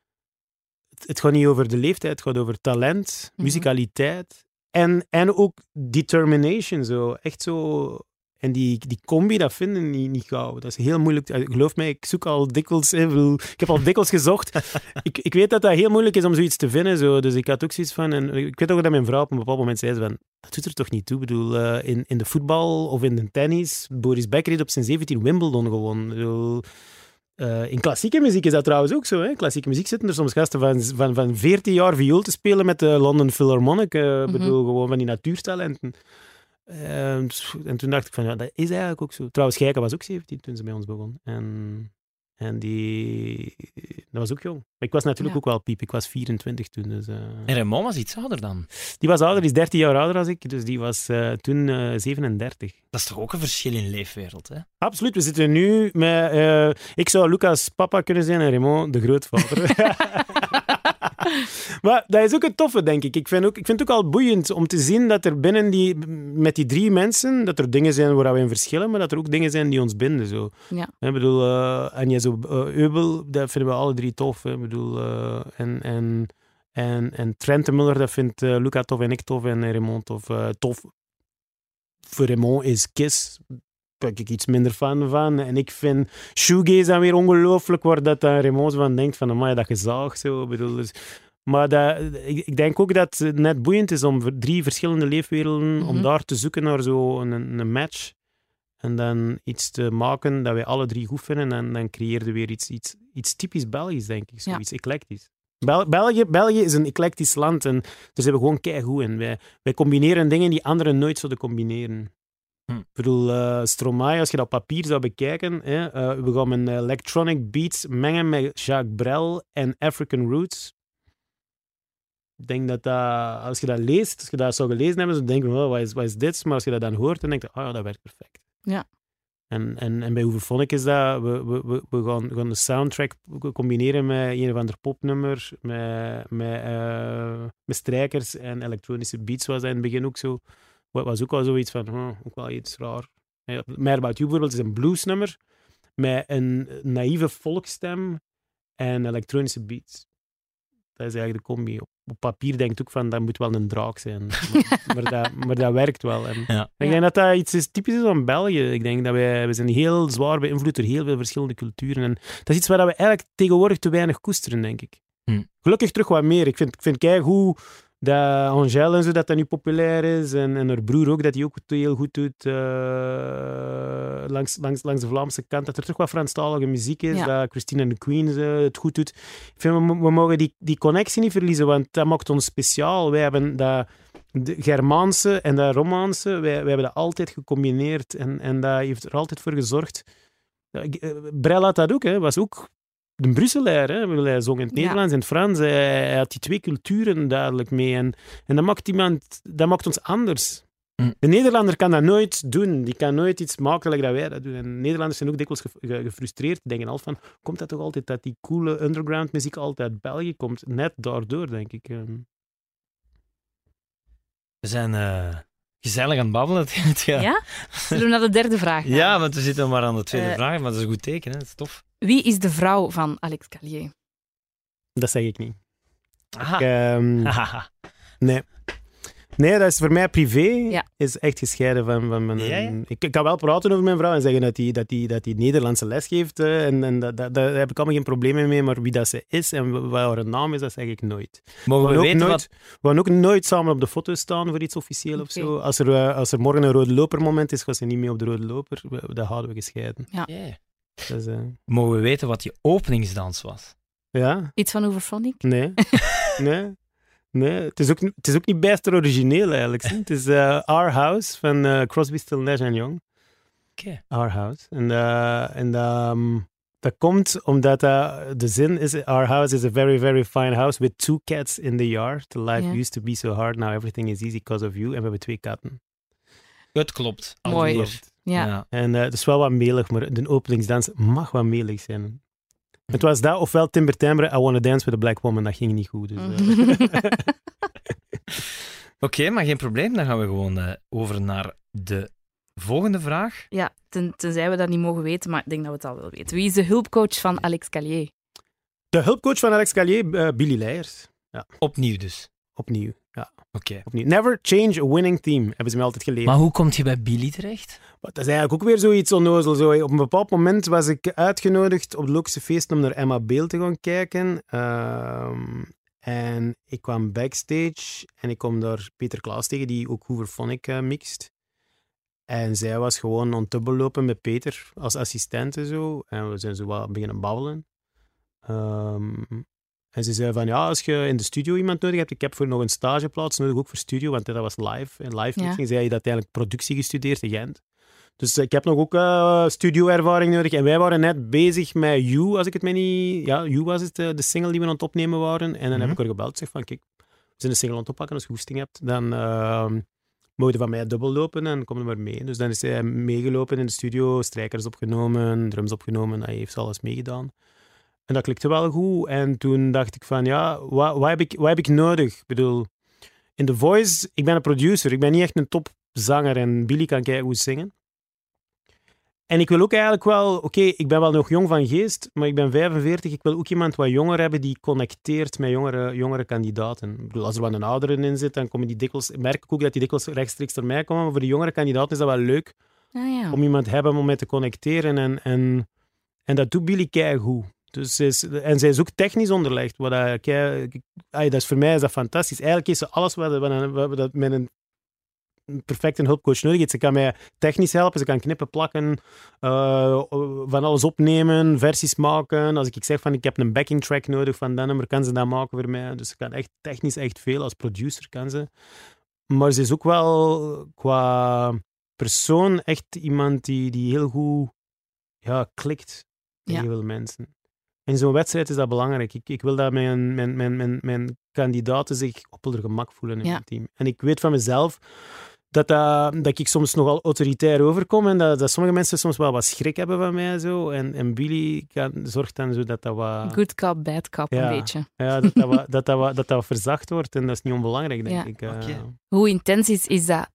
Het gaat niet over de leeftijd, het gaat over talent, musicaliteit en ook determination. Zo. Echt zo... En die combi, dat vinden niet gauw. Dat is heel moeilijk. Geloof mij, ik zoek al dikwijls... Ik heb al dikwijls gezocht. Ik weet dat dat heel moeilijk is om zoiets te vinden. Zo. Dus ik had ook zoiets van... En ik weet ook dat mijn vrouw op een bepaald moment zei van... Dat doet er toch niet toe? Ik bedoel, in de voetbal of in de tennis... Boris Becker heeft op zijn 17 Wimbledon gewonnen. In klassieke muziek is dat trouwens ook zo. Hè? Klassieke muziek zitten er soms gasten van 14 jaar viool te spelen met de London Philharmonic. Bedoel, gewoon van die natuurtalenten. En toen dacht ik van, ja, dat is eigenlijk ook zo. Trouwens, Gijke was ook 17 toen ze bij ons begon. En dat was ook jong. Maar ik was natuurlijk ook wel piep. Ik was 24 toen. Dus, En Raymond was iets ouder dan? Die was ouder, die is 13 jaar ouder dan ik. Dus die was toen 37. Dat is toch ook een verschil in leefwereld, hè? Absoluut. We zitten nu met... ik zou Lucas papa kunnen zijn en Raymond de grootvader. Maar dat is ook het toffe, denk ik. Ik vind het ook al boeiend om te zien dat er binnen met die 3 mensen, dat er dingen zijn waar we in verschillen, maar dat er ook dingen zijn die ons binden. Zo. Ja. Ik bedoel, Eubel, dat vinden we alle 3 tof. Ik bedoel, en Trent de Muller, dat vindt Luca tof en ik tof en Raymond tof. Tof. Voor Raymond is Kiss... Daar ben ik iets minder fan van. En ik vind shoegaze dan weer ongelooflijk, waar dat Raymond van denkt van, amai, dat gezaag. Zo. Bedoel, dus, maar ik denk ook dat het net boeiend is om 3 verschillende leefwerelden, om daar te zoeken naar een match. En dan iets te maken dat wij alle 3 goed vinden. En dan creëerde weer iets typisch Belgisch, denk ik. Zoiets eclectisch. België is een eclectisch land en daar zijn we gewoon keigoed in. Wij combineren dingen die anderen nooit zouden combineren. Ik bedoel, Stromae, als je dat op papier zou bekijken, we gaan een electronic beats mengen met Jacques Brel en African Roots. Ik denk dat als je dat leest, als je dat zou gelezen hebben, zou je denken, oh, wat is dit? Maar als je dat dan hoort, dan denk je, oh ja, dat werkt perfect. Ja. En bij Hooverphonic is dat, we gaan de soundtrack combineren met een of ander popnummer, met strijkers en elektronische beats, was dat in het begin ook zo. Was ook wel zoiets van, ook wel iets raar. Ja, Mad About You bijvoorbeeld is een bluesnummer met een naïeve volksstem en elektronische beats. Dat is eigenlijk de combi. Op papier denk ik ook van, dat moet wel een draak zijn. maar dat werkt wel. En ik denk dat dat iets typisch is van België. Ik denk dat we zijn heel zwaar beïnvloed door heel veel verschillende culturen. En dat is iets waar we eigenlijk tegenwoordig te weinig koesteren, denk ik. Gelukkig terug wat meer. Ik vind keigoed dat Angèle en zo, dat nu populair is. En haar broer ook, dat hij ook heel goed doet langs de Vlaamse kant. Dat er toch wat Franstalige muziek is. Ja. Dat Christine and the Queens het goed doet. Ik vind, we mogen die connectie niet verliezen, want dat maakt ons speciaal. Wij hebben dat de Germaanse en dat Romaanse, wij hebben dat altijd gecombineerd. En dat heeft er altijd voor gezorgd. Brel had dat ook, hè. Was ook de Brusselaar, hè. Hij zong in het Nederlands en het Frans. Hij had die twee culturen duidelijk mee. En dat maakt ons anders. De Nederlander kan dat nooit doen. Die kan nooit iets maken like dat wij dat doen. En Nederlanders zijn ook dikwijls gefrustreerd. Die denken altijd van, komt dat toch altijd dat die coole underground muziek altijd uit België komt? Net daardoor, denk ik. We zijn gezellig aan het babbelen. Ja? Zullen we naar de derde vraag gaan? Ja, want we zitten maar aan de tweede vraag. Maar dat is een goed teken, hè? Dat is tof. Wie is de vrouw van Alex Calier? Dat zeg ik niet. Nee, dat is voor mij privé. Ja. Is echt gescheiden van mijn... Ja. Ik kan wel praten over mijn vrouw en zeggen dat die Nederlandse les geeft. En daar heb ik allemaal geen problemen mee. Maar wie dat ze is en wat haar naam is, dat zeg ik nooit. Mogen we weten wat... We gaan ook nooit samen op de foto staan voor iets officieel of zo. Als er morgen een rode loper moment is, gaat ze niet mee op de rode loper. Dat houden we gescheiden. Ja. Yeah. Dus, mogen we weten wat je openingsdans was? Ja. Iets van Hooverphonic? Nee. Nee, het is ook niet best origineel eigenlijk. Het is Our House van Crosby, Still, Nash & Young. Okay. Our House. En dat komt omdat de zin is: Our house is a very, very fine house with 2 cats in the yard. The life used to be so hard, now everything is easy because of you. En we hebben 2 katten. Het klopt. Mooi. Ja. En het is wel wat melig, maar de openingsdans mag wat melig zijn. Het was dat, ofwel Timber Timbre, I Wanna Dance with a Black Woman. Dat ging niet goed. Dus, Oké, maar geen probleem. Dan gaan we gewoon over naar de volgende vraag. Ja, tenzij we dat niet mogen weten, maar ik denk dat we het al wel weten. Wie is de hulpcoach van Alex Calier? De hulpcoach van Alex Calier, Billy Leijers. Ja. Opnieuw dus? Opnieuw, ja. Oké. Never change a winning team, hebben ze mij altijd geleerd. Maar hoe kom je bij Billy terecht? Dat is eigenlijk ook weer zoiets onnozel. Zo. Op een bepaald moment was ik uitgenodigd op de Logische Feest om naar Emma Beel te gaan kijken. En ik kwam backstage en ik kom daar Peter Klaas tegen, die ook Hooverphonic mixt. En zij was gewoon aan het dubbellopen met Peter als assistent en zo. En we zijn zo wat beginnen babbelen. En ze zei van, ja, als je in de studio iemand nodig hebt, ik heb voor nog een stageplaats nodig, ook voor studio, want dat was live. En live mixing zei je dat uiteindelijk productie gestudeerd in Gent. Dus ik heb nog ook studio-ervaring nodig. En wij waren net bezig met You, als ik het mij niet... Ja, You was het, de single die we aan het opnemen waren. En dan heb ik haar gebeld en zeg van, kijk, we zijn de single aan het oppakken, als je goesting hebt, dan mogen je van mij dubbel lopen en kom er maar mee. Dus dan is hij meegelopen in de studio, strijkers opgenomen, drums opgenomen, hij heeft alles meegedaan. En dat klikte wel goed. En toen dacht ik van, ja, wat heb ik nodig? Ik bedoel, in The Voice, ik ben een producer. Ik ben niet echt een topzanger en Billy kan goed zingen. En ik wil ook eigenlijk wel, oké, ik ben wel nog jong van geest, maar ik ben 45. Ik wil ook iemand wat jonger hebben die connecteert met jongere kandidaten. Ik bedoel, als er wat een ouderen in zit, dan komen die dikwijls, merk ik ook dat die dikwijls rechtstreeks naar mij komen. Maar voor de jongere kandidaten is dat wel leuk om iemand te hebben om mee te connecteren. En dat doet Billy keigoed. Dus en zij is ook technisch onderlegd. Dus voor mij is dat fantastisch. Eigenlijk is ze alles wat met een perfecte hulpcoach nodig heeft. Ze kan mij technisch helpen, ze kan knippen, plakken, van alles opnemen, versies maken. Als ik zeg van ik heb een backing track nodig van dat nummer, kan ze dat maken voor mij. Dus ze kan echt technisch echt veel. Als producer kan ze. Maar ze is ook wel qua persoon echt iemand die heel goed klikt met heel veel mensen. In zo'n wedstrijd is dat belangrijk. Ik wil dat mijn kandidaten zich op hun gemak voelen in mijn team. En ik weet van mezelf dat ik soms nogal autoritair overkom en dat sommige mensen soms wel wat schrik hebben van mij. Zo. En Billy zorgt dan zo dat wat... Good cop, bad cop, een beetje. Ja, dat wat verzacht wordt en dat is niet onbelangrijk, denk ik. Hoe intens is dat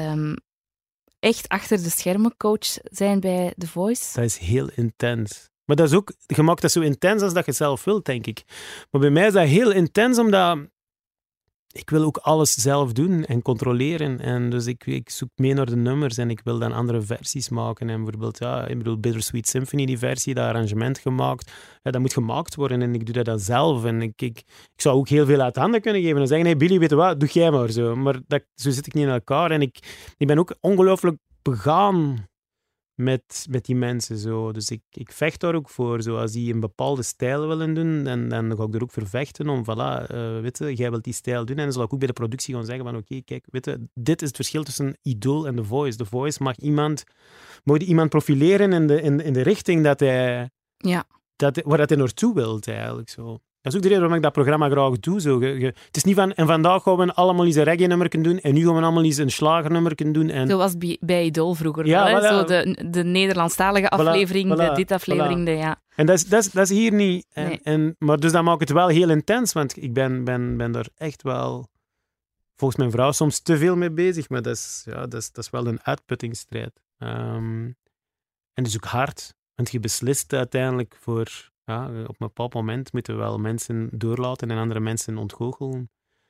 echt achter de schermen coach zijn bij The Voice? Dat is heel intens. Maar dat is ook, je maakt dat zo intens als dat je zelf wilt, denk ik. Maar bij mij is dat heel intens, omdat ik wil ook alles zelf doen en controleren. En dus ik zoek mee naar de nummers en ik wil dan andere versies maken. En bijvoorbeeld, Bittersweet Symphony, die versie, dat arrangement gemaakt. Ja, dat moet gemaakt worden en ik doe dat dan zelf. En ik zou ook heel veel uit handen kunnen geven en zeggen, hey Billy, weet je wat, doe jij maar zo. Maar zo zit ik niet in elkaar. En ik ben ook ongelooflijk begaan met die mensen. Zo. Dus ik vecht daar ook voor. Zo. Als die een bepaalde stijl willen doen, dan ga ik er ook voor vechten om, voilà, weet je, jij wilt die stijl doen. En dan zal ik ook bij de productie gaan zeggen van oké, kijk, weet je, dit is het verschil tussen Idol en The Voice. The Voice mag iemand profileren in de richting dat hij... Ja. Waar hij naartoe wilt, eigenlijk. Zo. Dat is ook de reden waarom ik dat programma graag doe. Zo. Het is niet van, en vandaag gaan we allemaal eens een reggae-nummer doen en nu gaan we allemaal eens een slager-nummer doen. En... Zo was bij Idol vroeger. Ja, wel, voilà. Zo de Nederlandstalige aflevering, Voilà, de dit aflevering, ja. En dat is hier niet. Nee. Maar dus dat maakt het wel heel intens, want ik ben daar echt wel, volgens mijn vrouw, soms te veel mee bezig. Maar dat is wel een uitputtingsstrijd. En het is ook hard, want je beslist uiteindelijk voor... Ja, op een bepaald moment moeten we wel mensen doorlaten en andere mensen ontgoochelen.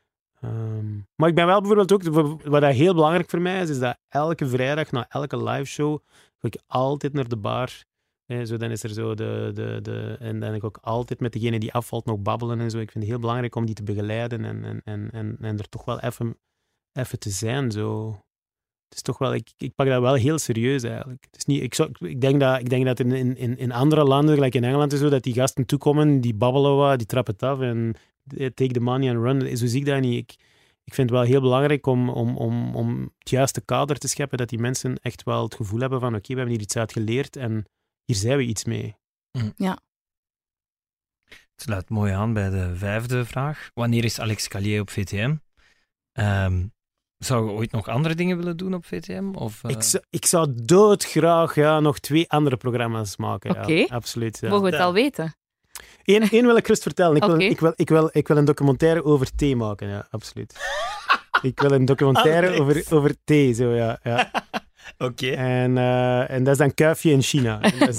Maar ik ben wel bijvoorbeeld ook... Wat dat heel belangrijk voor mij is dat elke vrijdag na elke liveshow ga ik altijd naar de bar. Zo, dan is er zo en dan ga ik ook altijd met degene die afvalt nog babbelen en zo. Ik vind het heel belangrijk om die te begeleiden en er toch wel even te zijn. Zo. Het is toch wel, ik pak dat wel heel serieus eigenlijk. Het is niet, ik denk dat in andere landen, gelijk in Engeland en zo, dat die gasten toekomen, die babbelen wat, die trappen het af en take the money and run. Zo zie ik dat niet. Ik vind het wel heel belangrijk om het juiste kader te scheppen, dat die mensen echt wel het gevoel hebben van oké, we hebben hier iets uit geleerd en hier zijn we iets mee. Ja. Het sluit mooi aan bij de 5e vraag. Wanneer is Alex Calier op VTM? Zou je ooit nog andere dingen willen doen op VTM? Of, Ik zou doodgraag nog 2 andere programma's maken. Oké. Ja, absoluut. Ja. Mogen we het al weten? Eén wil ik rust vertellen. Oké. Ik wil een documentaire over thee maken. Ja, absoluut. Ik wil een documentaire over thee. Zo, ja. Oké. En dat is dan Kuifje in China.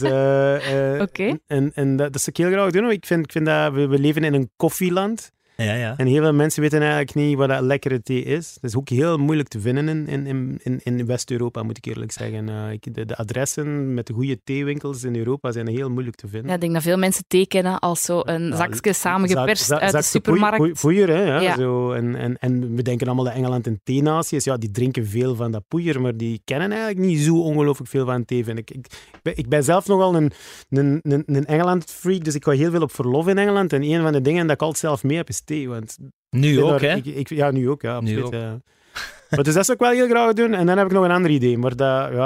Oké. En dat zou ik heel graag doen. Ik vind dat we leven in een koffieland. Ja. En heel veel mensen weten eigenlijk niet wat dat lekkere thee is. Dat is ook heel moeilijk te vinden in West-Europa, moet ik eerlijk zeggen. De adressen met de goede theewinkels in Europa zijn heel moeilijk te vinden. Ja, ik denk dat veel mensen thee kennen als zo een zakje samengeperst uit de supermarkt. Poeier, hè. Ja. Ja. Zo, en we denken allemaal dat Engeland een theenatie is. Ja, die drinken veel van dat poeier, maar die kennen eigenlijk niet zo ongelooflijk veel van thee, vind ik. Ik ben zelf nogal een Engeland-freak, dus ik ga heel veel op verlof in Engeland. En een van de dingen dat ik altijd zelf mee heb, is thee. Want nu ook, hè? Ja, nu ook, ja, absoluut. Nu ook. Ja. Maar dus dat zou ik wel heel graag doen. En dan heb ik nog een ander idee, maar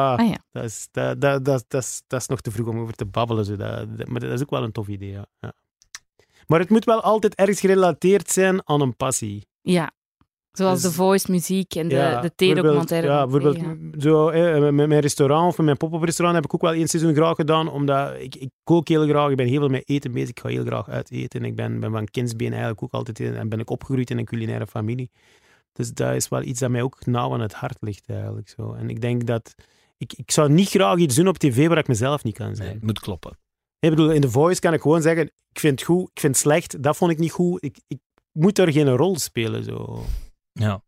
dat is nog te vroeg om over te babbelen. Zo. Maar dat is ook wel een tof idee, ja. Maar het moet wel altijd ergens gerelateerd zijn aan een passie. Ja, zoals dus, The Voice, muziek en de theedocumentaire. Ja, bijvoorbeeld zo, met mijn restaurant of met mijn pop-up restaurant heb ik ook wel 1 seizoen graag gedaan, omdat ik kook heel graag, ik ben heel veel met eten bezig, ik ga heel graag uit eten. Ik ben van kindsbeen eigenlijk ook altijd en ben ik opgegroeid in een culinaire familie. Dus dat is wel iets dat mij ook nauw aan het hart ligt eigenlijk. Zo. En ik denk dat ik zou niet graag iets doen op tv waar ik mezelf niet kan zijn. Nee, het moet kloppen. Ik bedoel, in The Voice kan ik gewoon zeggen, ik vind het goed, ik vind het slecht, dat vond ik niet goed. Ik moet daar geen rol spelen. Zo. Ja.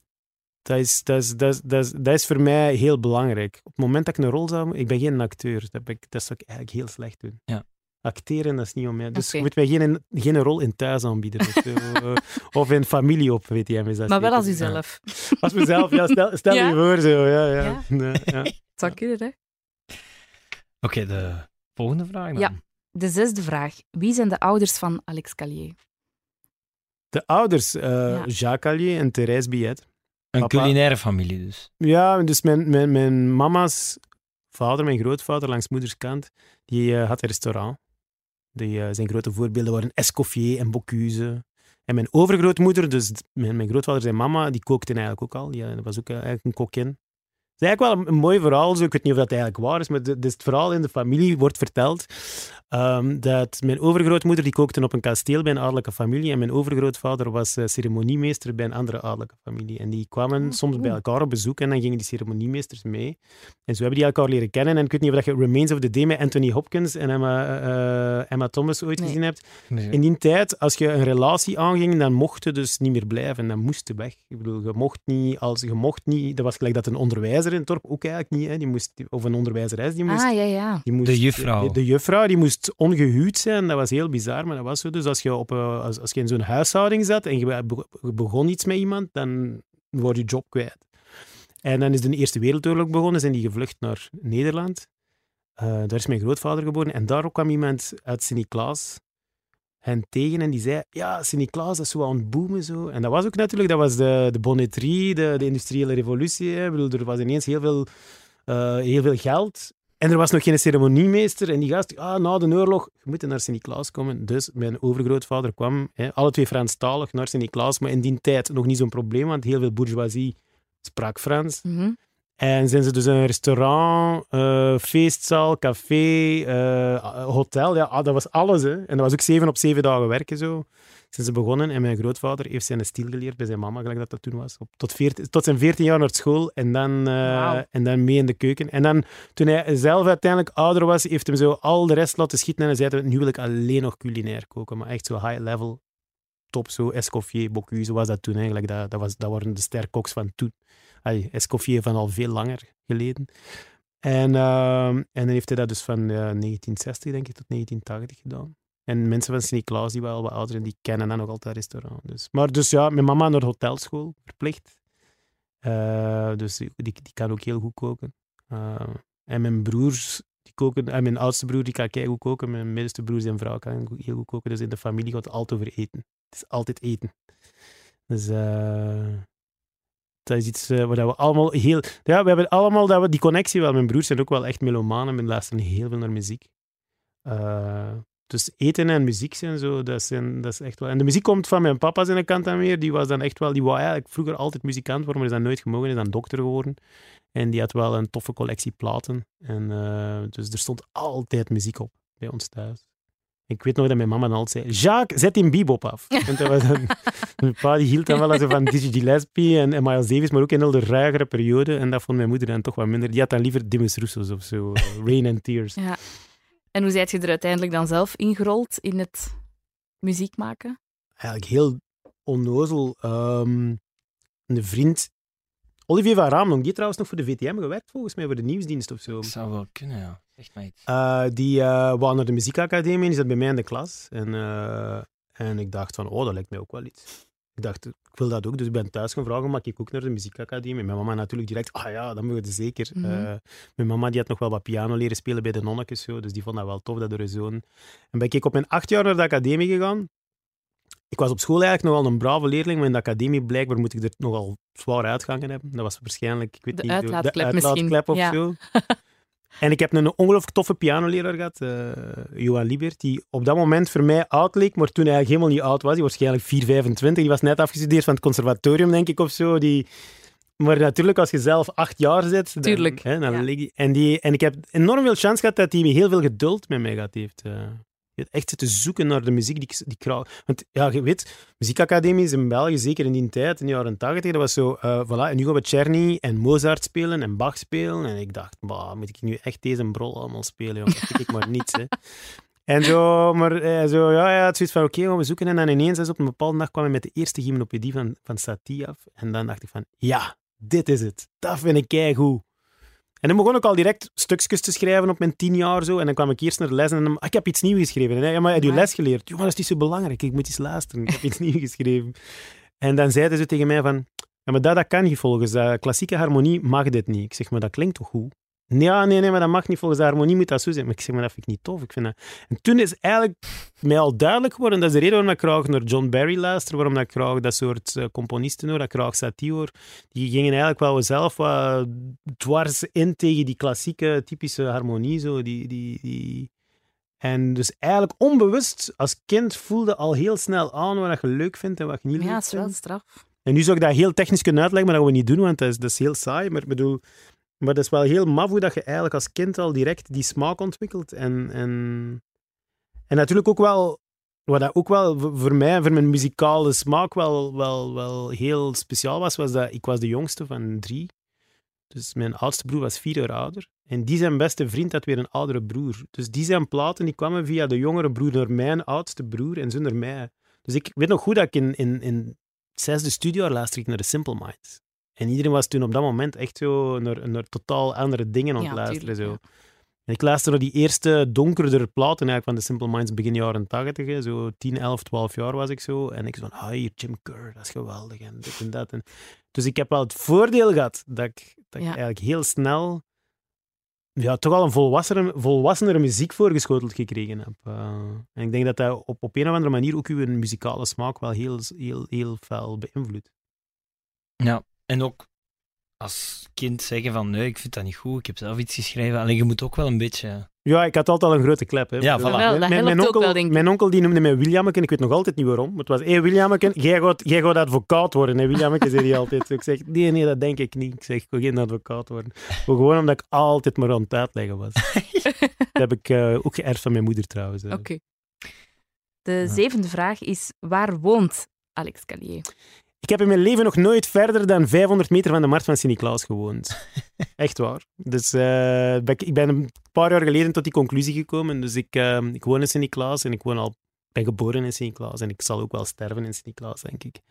Dat is voor mij heel belangrijk. Op het moment dat ik een rol zou... Ik ben geen acteur. Dat zou ik eigenlijk heel slecht doen. Ja. Acteren, dat is niet om mij. Dus Oké. je moet mij geen rol in thuis aanbieden. Of in familie op VTM. Is dat Maar wel zeker. als uzelf. Ja. Als mezelf, ja. Stel Ja. je voor. Zo. Ja. Ja. Nee, ja. Het zou kunnen, hè? Oké, de volgende vraag dan. Ja. De 6e vraag. Wie zijn de ouders van Alex Calier? De ouders, Jacques Allier en Thérèse Billet. Een Papa. culinaire familie dus. Ja, dus mijn mama's vader, mijn grootvader langs moederskant, die had een restaurant. Zijn grote voorbeelden waren Escoffier en Bocuse. En mijn overgrootmoeder, dus mijn grootvader zijn mama, die kookte eigenlijk ook al. Ja, dat was ook eigenlijk een kokin. Het is eigenlijk wel een mooi verhaal. Zo. Ik weet niet of dat eigenlijk waar is, maar het verhaal in de familie wordt verteld dat mijn overgrootmoeder die kookte op een kasteel bij een adellijke familie en mijn overgrootvader was ceremoniemeester bij een andere adellijke familie. En die kwamen soms bij elkaar op bezoek en dan gingen die ceremoniemeesters mee. En zo hebben die elkaar leren kennen. En ik weet niet of je Remains of the Day met Anthony Hopkins en Emma Thomas ooit gezien hebt. Nee. In die tijd, als je een relatie aanging, dan mocht je dus niet meer blijven. Dan moest je weg. Ik bedoel, je mocht niet... Dat was gelijk dat een onderwijzer in het dorp ook eigenlijk niet. Hè. Die moest, of een onderwijzeres, die moest... Die moest de juffrouw. De juffrouw, die moest ongehuwd zijn. Dat was heel bizar, maar dat was zo. Dus als je, als je in zo'n huishouding zat en je begon iets met iemand, dan word je job kwijt. En dan is de Eerste Wereldoorlog begonnen, zijn die gevlucht naar Nederland. Daar is mijn grootvader geboren. En daar kwam iemand uit Sint-Niklaas hen tegen en die zei, ja, Sint-Niklaas, dat is zo aan het boomen. Zo. En dat was ook natuurlijk, dat was de bonnetterie, de industriële revolutie. Hè. Ik bedoel, er was ineens heel veel geld. En er was nog geen ceremoniemeester. En die gast, na de oorlog, je moet naar Sint-Niklaas komen. Dus mijn overgrootvader kwam, alle twee Franstalig, naar Sint-Niklaas. Maar in die tijd nog niet zo'n probleem, want heel veel bourgeoisie sprak Frans. Mm-hmm. En zijn ze dus een restaurant, feestzaal, café, hotel. Ja, dat was alles. Hè. En dat was ook 7 op 7 dagen werken zo. Zijn ze begonnen. En mijn grootvader heeft zijn stil geleerd bij zijn mama, gelijk dat toen was. Tot zijn 14 jaar naar school en dan mee in de keuken. En dan, toen hij zelf uiteindelijk ouder was, heeft hem zo al de rest laten schieten. En hij zei, nu wil ik alleen nog culinair koken. Maar echt zo high level, top zo. Escoffier, Bocuse, zo was dat toen eigenlijk. Dat waren de sterkoks van toen. Escoffier van al veel langer geleden. En dan heeft hij dat dus van 1960, denk ik, tot 1980 gedaan. En mensen van Sint-Niklaas, die wel wat ouder zijn, die kennen dan nog altijd het restaurant. Dus. Maar dus ja, mijn mama naar de hotelschool, verplicht. Dus die kan ook heel goed koken. En mijn broers, die koken... En mijn oudste broer, die kan keigoed koken. Mijn middenste broer en vrouw kan heel goed koken. Dus in de familie gaat het altijd over eten. Het is altijd eten. Dus... dat is iets waar we allemaal heel... Ja, we hebben allemaal die connectie wel. Mijn broers zijn ook wel echt melomanen. We luisteren heel veel naar muziek. Dus eten en muziek zijn zo, dat is echt wel... En de muziek komt van mijn papa zijn kant aan meer. Die was dan echt wel... Die wou eigenlijk vroeger altijd muzikant worden, maar is dan nooit gemogen. Is dan dokter geworden. En die had wel een toffe collectie platen. En dus er stond altijd muziek op bij ons thuis. Ik weet nog dat mijn mama dan altijd zei, Jacques, zet die bebop af. En dat was mijn pa die hield dan wel zo van Dizzy Gillespie en Miles Davis, maar ook in een heel de ruigere periode. En dat vond mijn moeder dan toch wat minder. Die had dan liever Dimus Roussos of zo, Rain and Tears. Ja. En hoe zijt je er uiteindelijk dan zelf ingerold in het muziek maken? Eigenlijk heel onnozel. Een vriend, Olivier van Raamdonk, die trouwens nog voor de VTM gewerkt, volgens mij, voor de nieuwsdienst of zo. Dat zou wel kunnen, ja. Echt maar iets. Die wou naar de muziekacademie en die zat bij mij in de klas. En ik dacht van, dat lijkt mij ook wel iets. Ik dacht, ik wil dat ook. Dus ik ben thuis gaan vragen, mag ik ook naar de muziekacademie? Mijn mama natuurlijk direct, ja, dat mogen we zeker. Mm-hmm. Mijn mama die had nog wel wat piano leren spelen bij de nonnetjes, zo, dus die vond dat wel tof, dat er zoon. En ben ik op mijn 8 jaar naar de academie gegaan. Ik was op school eigenlijk nogal een brave leerling, maar in de academie blijkbaar moet ik er nogal zwaar uitgangen hebben. Dat was waarschijnlijk, ik weet de niet, uitlaatklep of zo. En ik heb een ongelooflijk toffe pianoleraar gehad, Johan Liebert, die op dat moment voor mij oud leek, maar toen hij eigenlijk helemaal niet oud was. Die waarschijnlijk 4, 25. Die was net afgestudeerd van het conservatorium, denk ik, of zo. Maar natuurlijk, als je zelf 8 jaar zit... Tuurlijk. Dan leek die... En ik heb enorm veel chance gehad dat hij heel veel geduld met mij gehad heeft. Je echt zitten zoeken naar de muziek die kracht. Want ja, je weet, muziekacademies in België, zeker in die tijd, in de jaren 80, dat was zo, voilà, en nu gaan we Czerny en Mozart spelen en Bach spelen. En ik dacht, moet ik nu echt deze brol allemaal spelen? Jongen? Dat vind ik maar niets, hè. En zo, maar het zoiets van, oké, gaan we zoeken. En dan ineens, op een bepaalde dag, kwam hij met de eerste gymnopedie van Satie af. En dan dacht ik van, ja, dit is het. Dat vind ik keigoed. En dan begon ik al direct stukjes te schrijven op mijn 10 jaar zo. En dan kwam ik eerst naar de les en dan... ik heb iets nieuws geschreven. Ja, maar heb je les geleerd? Ja, maar dat is niet zo belangrijk. Ik moet eens luisteren. Ik heb iets nieuws geschreven. En dan zei ze tegen mij van... Ja, maar dat kan niet volgens klassieke harmonie mag dit niet. Ik zeg, maar dat klinkt toch goed? Nee, maar dat mag niet. Volgens de harmonie moet dat zo zijn. Maar ik zeg, maar dat vind ik niet tof. Ik vind dat... En toen is eigenlijk mij al duidelijk geworden, dat is de reden waarom ik graag naar John Barry luister, waarom ik graag dat soort componisten hoor, dat ik graag Satie hoor. Die gingen eigenlijk wel zelf wat dwars in tegen die klassieke, typische harmonie. Zo. En dus eigenlijk onbewust, als kind voelde al heel snel aan wat je leuk vindt en wat je niet leuk Ja, vindt. dat is wel straf. En nu zou ik dat heel technisch kunnen uitleggen, maar dat gaan we niet doen, want dat is heel saai. Maar ik bedoel, maar dat is wel heel maf hoe dat je eigenlijk als kind al direct die smaak ontwikkelt. En natuurlijk ook wel, wat dat ook wel voor mij, voor mijn muzikale smaak wel heel speciaal was dat ik was de jongste van 3. Dus mijn oudste broer was 4 jaar ouder. En die zijn beste vriend had weer een oudere broer. Dus die zijn platen die kwamen via de jongere broer naar mijn oudste broer en zo naar mij. Dus ik weet nog goed dat ik in 6e studiejaar luisterde naar de Simple Minds. En iedereen was toen op dat moment echt zo naar totaal andere dingen aan het luisteren. Zo. Ja. En ik luisterde naar die eerste donkerdere platen eigenlijk van de Simple Minds begin jaren 80. Hè. Zo 10, 11, 12 jaar was ik zo. En ik zo van, hier, Jim Kerr, dat is geweldig. En dit en dat. Dus ik heb wel het voordeel gehad dat ik eigenlijk heel snel toch al een volwassenere muziek voorgeschoteld gekregen heb. En ik denk dat dat op een of andere manier ook uw muzikale smaak wel heel fel beïnvloedt. Ja, en ook als kind zeggen van nee, ik vind dat niet goed, ik heb zelf iets geschreven. Alleen je moet ook wel een beetje... Ja, ik had altijd al een grote klep. Hè. Ja, voilà. Wel, dat helpt ook wel, denk ik. Mijn onkel die noemde mij Williameke, ik weet nog altijd niet waarom. Maar het was, Williameke, jij gaat advocaat worden. Hè, Williameke, zei hij altijd. Ik zeg, nee, dat denk ik niet. Ik zeg, ik wil geen advocaat worden. Maar gewoon omdat ik altijd maar aan het uitleggen was. Dat heb ik ook geërfd van mijn moeder trouwens. Oké. De 7e vraag is, waar woont Alex Calier? Ik heb in mijn leven nog nooit verder dan 500 meter van de Markt van Sint-Niklaas gewoond. Echt waar. Dus ik ben een paar jaar geleden tot die conclusie gekomen. Dus ik woon in Sint-Niklaas en ik ben geboren in Sint-Niklaas en ik zal ook wel sterven in Sint-Niklaas, denk ik.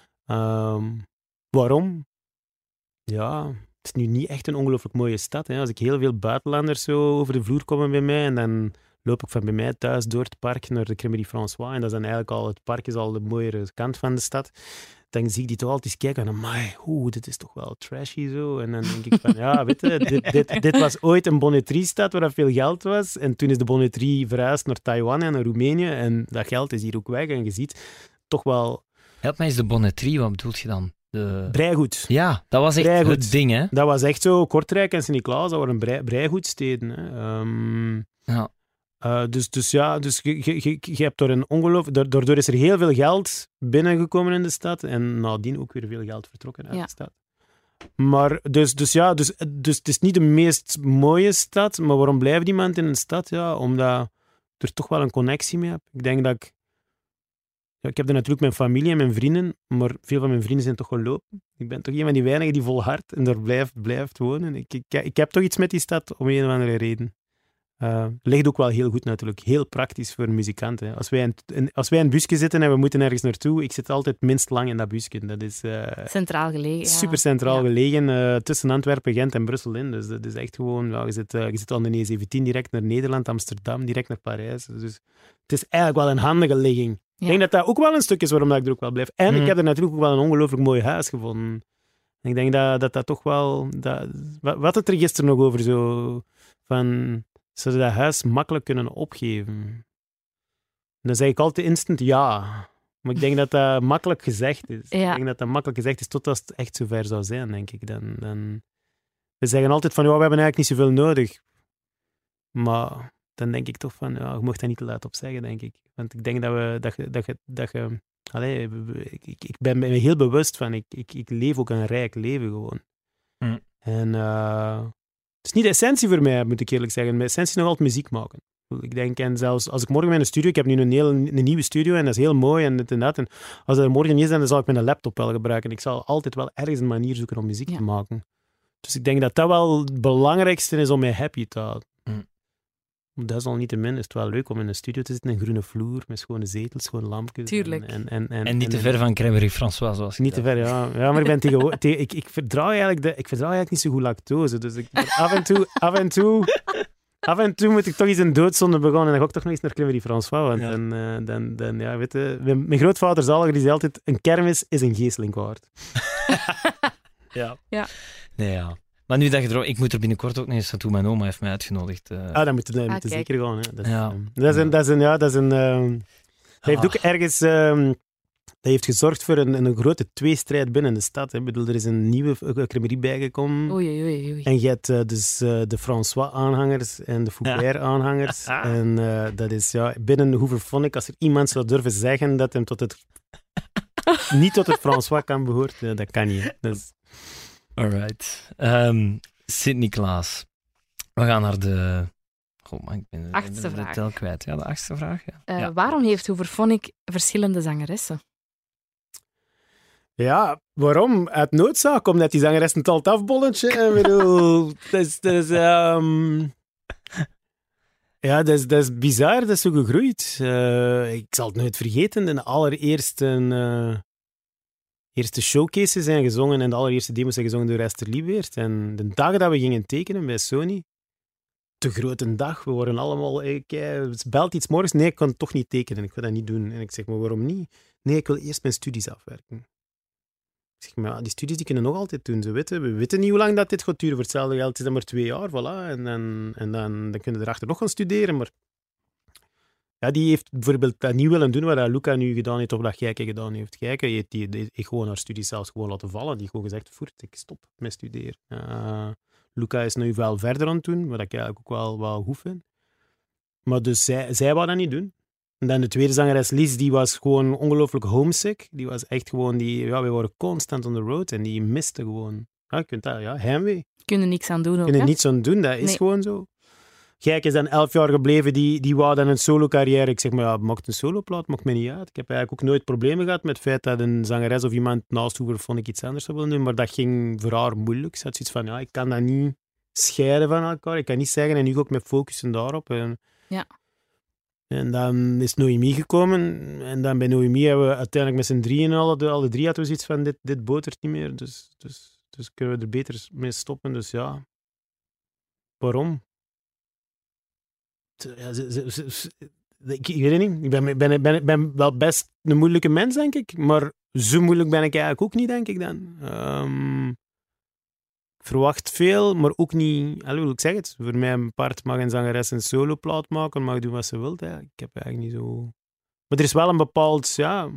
Waarom? Ja, het is nu niet echt een ongelooflijk mooie stad. Hè. Als ik heel veel buitenlanders zo over de vloer komen bij mij en dan loop ik van bij mij thuis door het park naar de Crèmerie François en dat is dan eigenlijk al, het park is al de mooiere kant van de stad. Dan zie ik die toch altijd kijken en amai, dit is toch wel trashy zo. En dan denk ik van, ja, weet je, dit was ooit een bonneterie-stad waar veel geld was. En toen is de bonneterie verhuisd naar Taiwan en naar Roemenië. En dat geld is hier ook weg. En je ziet toch wel... Help mij eens, de bonneterie, wat bedoelt je dan? Breigoed. Ja, dat was echt het ding, hè? Dat was echt zo, Kortrijk en Sint-Niklaas, dat waren breigoedsteden. Hè. Ja. Dus je hebt door een ongeloof... Daardoor is er heel veel geld binnengekomen in de stad en nadien ook weer veel geld vertrokken uit de stad. Maar dus het is niet de meest mooie stad, maar waarom blijft iemand in een stad? Ja, omdat er toch wel een connectie mee heb. Ik denk dat ik heb er natuurlijk mijn familie en mijn vrienden, maar veel van mijn vrienden zijn toch gelopen. Ik ben toch een van die weinigen die volhardt en daar blijft wonen. Ik heb toch iets met die stad om een of andere reden. Ligt ook wel heel goed natuurlijk. Heel praktisch voor muzikanten. Als wij in een busje zitten en we moeten ergens naartoe, ik zit altijd minst lang in dat busje. Dat is centraal gelegen. Ja. Super centraal gelegen, tussen Antwerpen, Gent en Brussel in. Dus dat is echt gewoon... je zit aan de E17 direct naar Nederland, Amsterdam, direct naar Parijs. Dus het is eigenlijk wel een handige ligging. Ik denk dat dat ook wel een stuk is waarom dat ik er ook wel blijf. En ik heb er natuurlijk ook wel een ongelooflijk mooi huis gevonden. Ik denk dat toch wel... Wat het er gisteren nog over zo... Van... Zou je dat huis makkelijk kunnen opgeven? Dan zeg ik altijd instant ja. Maar ik denk dat dat makkelijk gezegd is. Ja. Ik denk dat dat makkelijk gezegd is tot als het echt zover zou zijn, denk ik. Dan... We zeggen altijd van, we hebben eigenlijk niet zoveel nodig. Maar dan denk ik toch van, je mag dat niet te luid op zeggen, denk ik. Want ik denk ik ben me heel bewust van, ik leef ook een rijk leven gewoon. En... het is niet de essentie voor mij, moet ik eerlijk zeggen. Mijn essentie is nog altijd muziek maken. Ik denk, en zelfs als ik morgen mijn studio... Ik heb nu een nieuwe studio en dat is heel mooi en dit en dat. En als dat er morgen niet is, dan zal ik mijn laptop wel gebruiken. Ik zal altijd wel ergens een manier zoeken om muziek te maken. Dus ik denk dat dat wel het belangrijkste is om mij happy te houden. Desalniettemin is het wel leuk om in een studio te zitten, een groene vloer, met schone zetels, schone lampjes. Tuurlijk. En niet te ver van Crèmerie François, zoals niet te ver, ja. Ja, maar ik ben tegenwoordig... Ik verdraag eigenlijk niet zo goed lactose. Dus af en toe moet ik toch eens een doodzonde begaan en dan ga ik toch nog eens naar Crèmerie François. Want dan weet je... Mijn grootvader Zaliger die zei altijd, een kermis is een geesteling waard. Ja. Nee, ja. Maar nu dat je ik moet er binnenkort ook nog eens naartoe. Mijn oma heeft mij uitgenodigd. Dan moet je zeker gaan. Hè. Dat heeft ook ergens... dat heeft gezorgd voor een grote tweestrijd binnen de stad. Hè. Ik bedoel, er is een nieuwe cremerie bijgekomen. Oei. En je hebt dus de François-aanhangers en de Fougère-aanhangers. En dat is binnen Hooverphonic, als er iemand zou durven zeggen dat hem niet tot het François kan behoort, dat kan niet. Dus... Alright. Sint-Niklaas. We gaan naar de... ik ben achtste de vraag. tel kwijt. Ja, de achtste vraag. Ja. Waarom heeft Hooverphonic verschillende zangeressen? Ja, waarom? Uit noodzaak, omdat die zangeres een talt afbolletje. Ik bedoel, dat is bizar, dat is zo gegroeid. Ik zal het nooit vergeten, de allereerste showcases zijn gezongen en de allereerste demos zijn gezongen door Esther Liebeert. En de dag dat we gingen tekenen bij Sony, te grote dag, we worden allemaal... Het belt iets morgens, nee, ik kan het toch niet tekenen, ik ga dat niet doen. En ik zeg, maar waarom niet? Nee, ik wil eerst mijn studies afwerken. Ik zeg, maar die studies die kunnen nog altijd doen. We weten niet hoe lang dat dit gaat duren. Voor hetzelfde geld is dat maar 2 jaar, voilà. En dan kunnen we erachter nog gaan studeren. Maar ja, die heeft bijvoorbeeld dat niet willen doen wat Luca nu gedaan heeft, of dat Gijke gedaan heeft. Gijke heeft die gewoon haar studies zelfs gewoon laten vallen. Die heeft gewoon gezegd, voert, ik stop met studeren. Luca is nu wel verder aan het doen, wat ik eigenlijk ook wel goed vind. Maar dus zij wou dat niet doen. En dan de tweede zangeres, Lies, die was gewoon ongelooflijk homesick. Die was echt gewoon... wij waren constant on the road en die miste gewoon... Ja, je kunt dat, heimwee. Kunnen niks aan doen ook, Kunnen niets aan doen, dat is gewoon zo. Gijk is dan 11 jaar gebleven, die wou dan een solo-carrière. Ik zeg, maar maakt een soloplaat, maakt me niet uit. Ik heb eigenlijk ook nooit problemen gehad met het feit dat een zangeres of iemand naast Hooverphonic iets anders zou willen doen, maar dat ging voor haar moeilijk. Ze had zoiets van, ik kan dat niet scheiden van elkaar. Ik kan niet zeggen, en nu ga ik me focussen daarop. En dan is Noémie gekomen. En dan bij Noémie hebben we uiteindelijk met z'n drieën, alle drie hadden we zoiets van, dit botert niet meer. Dus kunnen we er beter mee stoppen. Dus ja, waarom? Ja, ik weet het niet. Ik ben wel best een moeilijke mens, denk ik. Maar zo moeilijk ben ik eigenlijk ook niet, denk ik dan. Ik verwacht veel, maar ook niet... ik zeg het, voor mijn part mag een zangeres een soloplaat maken, mag doen wat ze wil. Ja. Ik heb eigenlijk niet zo... Maar er is wel een bepaald...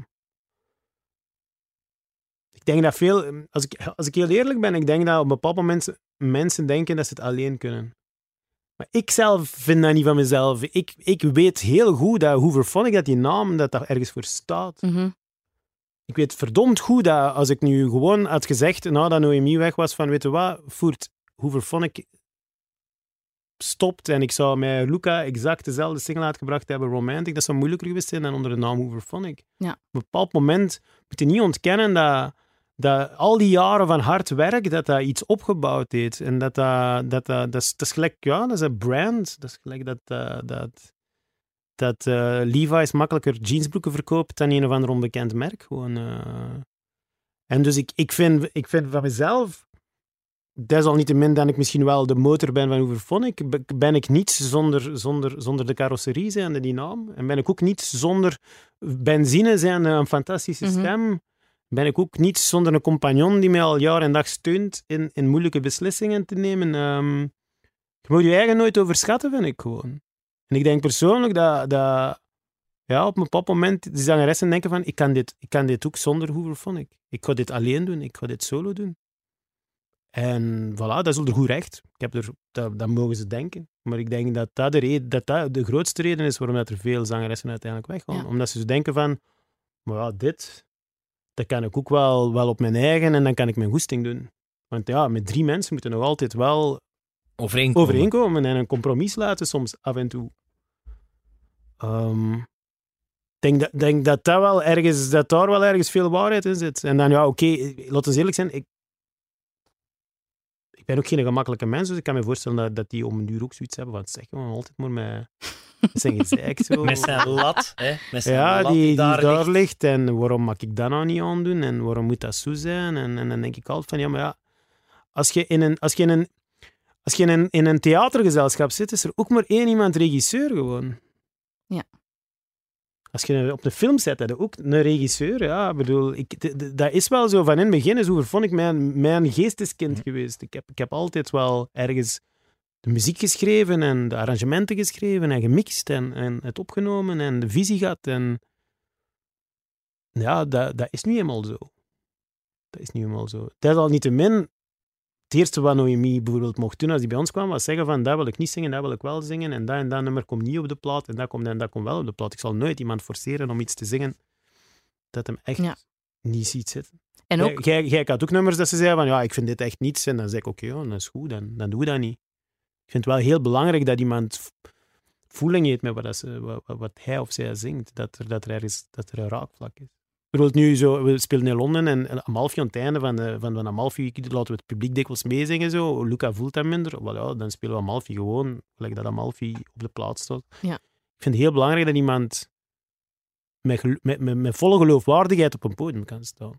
Ik denk dat veel... Als ik heel eerlijk ben, ik denk dat op een bepaald moment mensen denken dat ze het alleen kunnen. Maar ik zelf vind dat niet van mezelf. Ik weet heel goed dat Hooverphonic, dat die naam, dat daar ergens voor staat. Mm-hmm. Ik weet verdomd goed dat als ik nu gewoon had gezegd, nadat Noémie weg was, van weet je wat, voert Hooverphonic stopt en ik zou met Luca exact dezelfde single uitgebracht hebben, Romantic, dat zou moeilijker geweest zijn dan onder de naam Hooverphonic. Ja. Op een bepaald moment moet je niet ontkennen dat al die jaren van hard werk, dat iets opgebouwd heeft. En dat is gelijk, dat is een brand. Dat is gelijk dat Levi's makkelijker jeansbroeken verkoopt dan een of ander onbekend merk. Gewoon, En dus ik vind van mezelf, desalniettemin dat ik misschien wel de motor ben van Hooverphonic, ben ik niets zonder de carrosserie zijn, die naam. En ben ik ook niets zonder benzine zijn, een fantastische stem. Ben ik ook niets zonder een compagnon die mij al jaar en dag steunt in moeilijke beslissingen te nemen. Je moet je eigen nooit overschatten, vind ik gewoon. En ik denk persoonlijk dat op een bepaald moment die zangeressen denken van ik kan dit ook zonder Hooverphonic. Ik ga dit alleen doen, ik ga dit solo doen. En voilà, dat is al de goed recht. Dat mogen ze denken. Maar ik denk dat de grootste reden is waarom er veel zangeressen uiteindelijk weggaan. Ja. Omdat ze zo denken van, maar ja, dat kan ik ook wel op mijn eigen en dan kan ik mijn goesting doen. Want ja, met 3 mensen moeten nog altijd wel overeenkomen en een compromis laten soms af en toe. Ik denk dat daar wel ergens veel waarheid in zit. En dan, laten we eerlijk zijn, ik ben ook geen gemakkelijke mens, dus ik kan me voorstellen dat die om een duur ook zoiets hebben van, zeg gewoon altijd maar met zijn gezeik zo. Met zijn lat, hè? Met zijn lat die daar ligt. En waarom mag ik dat nou niet aandoen? En waarom moet dat zo zijn? En dan denk ik altijd van, als je in een theatergezelschap zit, is er ook maar 1 iemand regisseur gewoon. Ja. Als je op de film zet, heb je ook een regisseur. Ja, bedoel, dat is wel zo. Van in het begin is Hooverphonic mijn geesteskind geweest. Ik heb altijd wel ergens de muziek geschreven en de arrangementen geschreven en gemixt en het opgenomen en de visie gehad. En ja, dat is nu eenmaal zo. Dat is nu eenmaal zo. Desalniettemin, het eerste wat Noemi bijvoorbeeld mocht doen als die bij ons kwam, was zeggen van, dat wil ik niet zingen, dat wil ik wel zingen, en dat nummer komt niet op de plaat, en dat komt wel op de plaat. Ik zal nooit iemand forceren om iets te zingen dat hem echt niet ziet zitten. En ook... Jij had ook nummers dat ze zeiden van, ja, ik vind dit echt niets, en dan zeg ik, oké, dat is goed, dan doe dat niet. Ik vind het wel heel belangrijk dat iemand voeling heeft met wat hij of zij zingt, dat er een raakvlak is. Bijvoorbeeld nu zo, we spelen in Londen en Amalfi aan het einde van Amalfi laten we het publiek dikwijls meezingen. Zo. Luca voelt dat minder. Well, ja, dan spelen we Amalfi gewoon, gelijk dat Amalfi op de plaats staat. Ja. Ik vind het heel belangrijk dat iemand met volle geloofwaardigheid op een podium kan staan.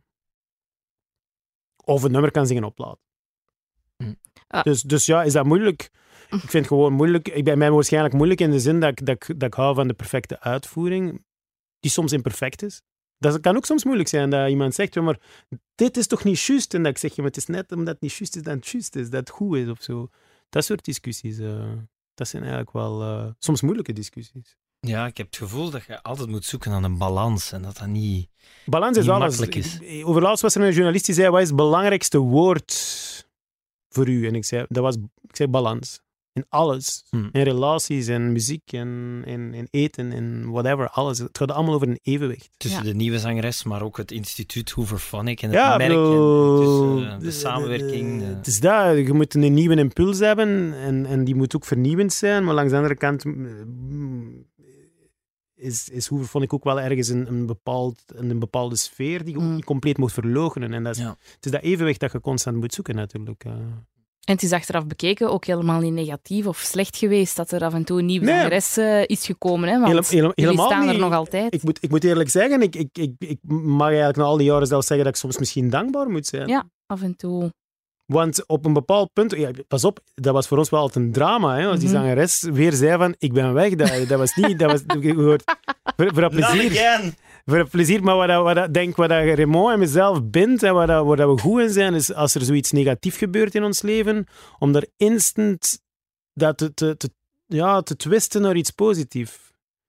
Of een nummer kan zingen op plaat. Dus ja, is dat moeilijk? Ik vind het gewoon moeilijk. Ik ben mij waarschijnlijk moeilijk in de zin dat ik hou van de perfecte uitvoering, die soms imperfect is. Dat kan ook soms moeilijk zijn, dat iemand zegt, ja, maar dit is toch niet juist? En dat ik zeg, ja, maar het is net omdat het niet juist is dat het juist is, dat het goed is of zo. Dat soort discussies, dat zijn eigenlijk wel soms moeilijke discussies. Ja, ik heb het gevoel dat je altijd moet zoeken naar een balans en dat niet balans is niet alles. makkelijk is. Overlaatst was er een journalist die zei, wat is het belangrijkste woord voor u? En ik zei balans. In alles. In relaties, in muziek, in eten, in whatever, alles. Het gaat allemaal over een evenwicht. Tussen de nieuwe zangeres, maar ook het instituut Hooverphonic en het merk. En de samenwerking. Het is dat. Je moet een nieuwe impuls hebben en die moet ook vernieuwend zijn. Maar langs de andere kant is Hooverphonic ook wel ergens een bepaalde sfeer die je ook niet compleet moet verloochenen. En het is dat evenwicht dat je constant moet zoeken natuurlijk. En het is achteraf bekeken ook helemaal niet negatief of slecht geweest dat er af en toe een nieuwe zangeres is gekomen. Hè? Want jullie staan er nog altijd. Ik moet eerlijk zeggen, ik mag eigenlijk na al die jaren zelfs zeggen dat ik soms misschien dankbaar moet zijn. Ja, af en toe. Want op een bepaald punt, pas op, dat was voor ons wel altijd een drama. Hè, als die zangeres weer zei van, ik ben weg. Dat was niet... voor een plezier. Voor een plezier, maar wat Raymond en mezelf bindt en waar we goed in zijn, is als er zoiets negatief gebeurt in ons leven, om daar instant dat te twisten naar iets positiefs.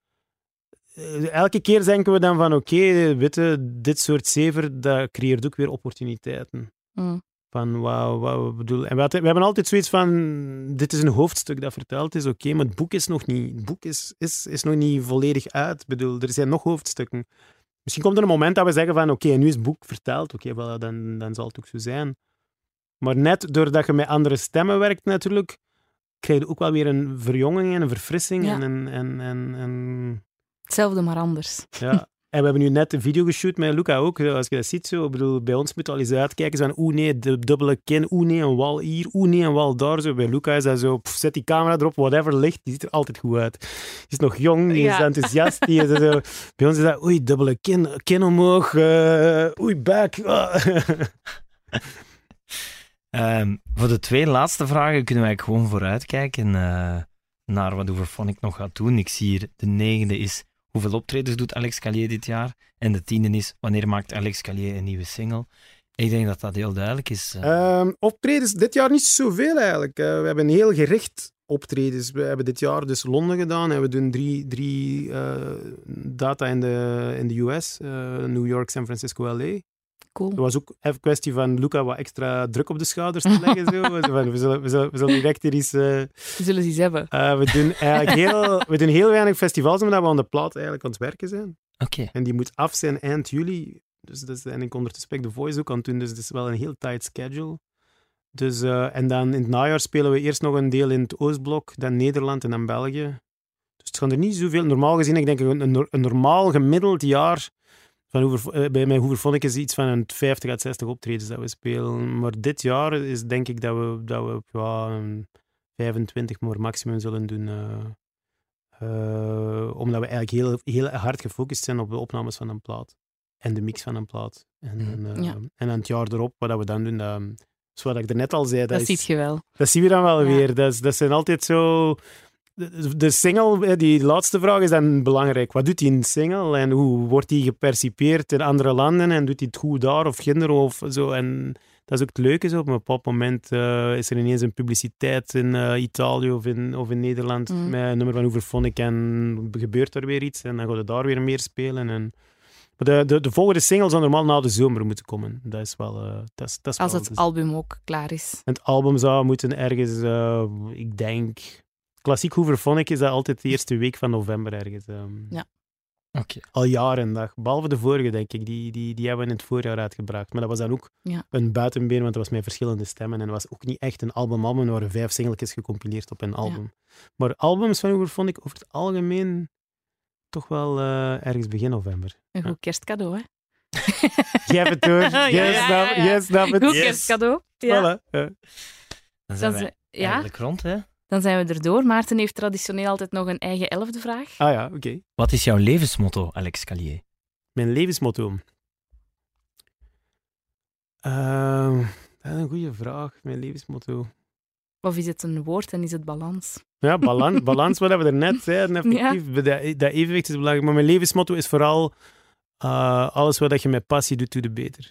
Elke keer denken we dan van, oké, dit soort zever, dat creëert ook weer opportuniteiten. Van, wauw, bedoel... En we hebben altijd zoiets van, dit is een hoofdstuk dat verteld is, oké, maar het boek is nog niet... Het boek is nog niet volledig uit. Ik bedoel, er zijn nog hoofdstukken. Misschien komt er een moment dat we zeggen van, oké, nu is het boek verteld, oké, voilà, dan zal het ook zo zijn. Maar net doordat je met andere stemmen werkt natuurlijk, krijg je ook wel weer een verjonging en een verfrissing. Ja. En Hetzelfde, maar anders. Ja. En we hebben nu net een video geshoot met Luca ook. Als je dat ziet, zo, ik bedoel, bij ons moet je al eens uitkijken. Zo van, nee, de dubbele kin. Nee, een wal hier. Nee, een wal daar. Zo. Bij Luca is dat zo, zet die camera erop, whatever ligt. Die ziet er altijd goed uit. Die is nog jong, die is enthousiast. Die is zo. Bij ons is dat, dubbele kin omhoog. Back. Voor de twee laatste vragen kunnen wij gewoon vooruitkijken naar wat Hooverphonic nog gaat doen. Ik zie hier, de 9e is... Hoeveel optredens doet Alex Calier dit jaar? En de 10e is, wanneer maakt Alex Calier een nieuwe single? Ik denk dat dat heel duidelijk is. Optredens dit jaar niet zoveel eigenlijk. We hebben heel gericht optredens. We hebben dit jaar dus Londen gedaan en we doen drie data in de US. New York, San Francisco, LA. Cool. Er was ook even een kwestie van Luca wat extra druk op de schouders te leggen. We zullen direct hier eens... We zullen ze eens hebben. We doen eigenlijk heel weinig festivals, omdat we aan de plaat eigenlijk aan het werken zijn. Oké. En die moet af zijn eind juli. En ik ondertussen ben ik The Voice ook aan het doen, dus het is wel een heel tight schedule. Dus, en dan in het najaar spelen we eerst nog een deel in het Oostblok, dan Nederland en dan België. Dus het gaan er niet zoveel... Normaal gezien, ik denk een normaal gemiddeld jaar... bij mijn Hooverphonic is iets van een 50 à 60 optredens dat we spelen. Maar dit jaar is denk ik dat we 25 maar maximum zullen doen. Omdat we eigenlijk heel, heel hard gefocust zijn op de opnames van een plaat. En de mix van een plaat. En aan het jaar erop, wat we dan doen, zoals ik er net al zei... Dat zie je wel. Dat zien we dan wel weer. Dat zijn altijd zo... De single, die laatste vraag is dan belangrijk. Wat doet die een single en hoe wordt die gepercipeerd in andere landen en doet hij het goed daar of ginder of zo. En dat is ook het leuke. Zo. Op een bepaald moment is er ineens een publiciteit in Italië of in Nederland met een nummer van Hooverphonic en gebeurt er weer iets en dan gaat het daar weer meer spelen. Maar de volgende single zou normaal na de zomer moeten komen. Dat is wel... dat is Als wel het album ook klaar is. Het album zou moeten ergens... ik denk... Klassiek Hooverphonic is dat altijd de eerste week van november ergens. Ja. Oké. Al jaren dag. Behalve de vorige, denk ik. Die hebben we in het voorjaar uitgebracht. Maar dat was dan ook een buitenbeen, want dat was met verschillende stemmen. En dat was ook niet echt een album. Er waren 5 singletjes gecompileerd op een album. Ja. Maar albums van Hooverphonic over het algemeen toch wel ergens begin november. Een goed kerstcadeau, hè? Jij hebt het door. Jij snapt het. Goed kerstcadeau. Ja. Voilà. Ja. Dan zijn we eigenlijk rond, hè? Dan zijn we erdoor. Maarten heeft traditioneel altijd nog een eigen 11e vraag. Ah ja, oké. Wat is jouw levensmotto, Alex Calier? Mijn levensmotto? Dat is een goede vraag. Mijn levensmotto. Of is het een woord en is het balans? Ja, balans, wat we er net zeiden. Effectief. Ja. Dat evenwicht is belangrijk. Maar mijn levensmotto is vooral alles wat je met passie doet, doe je beter.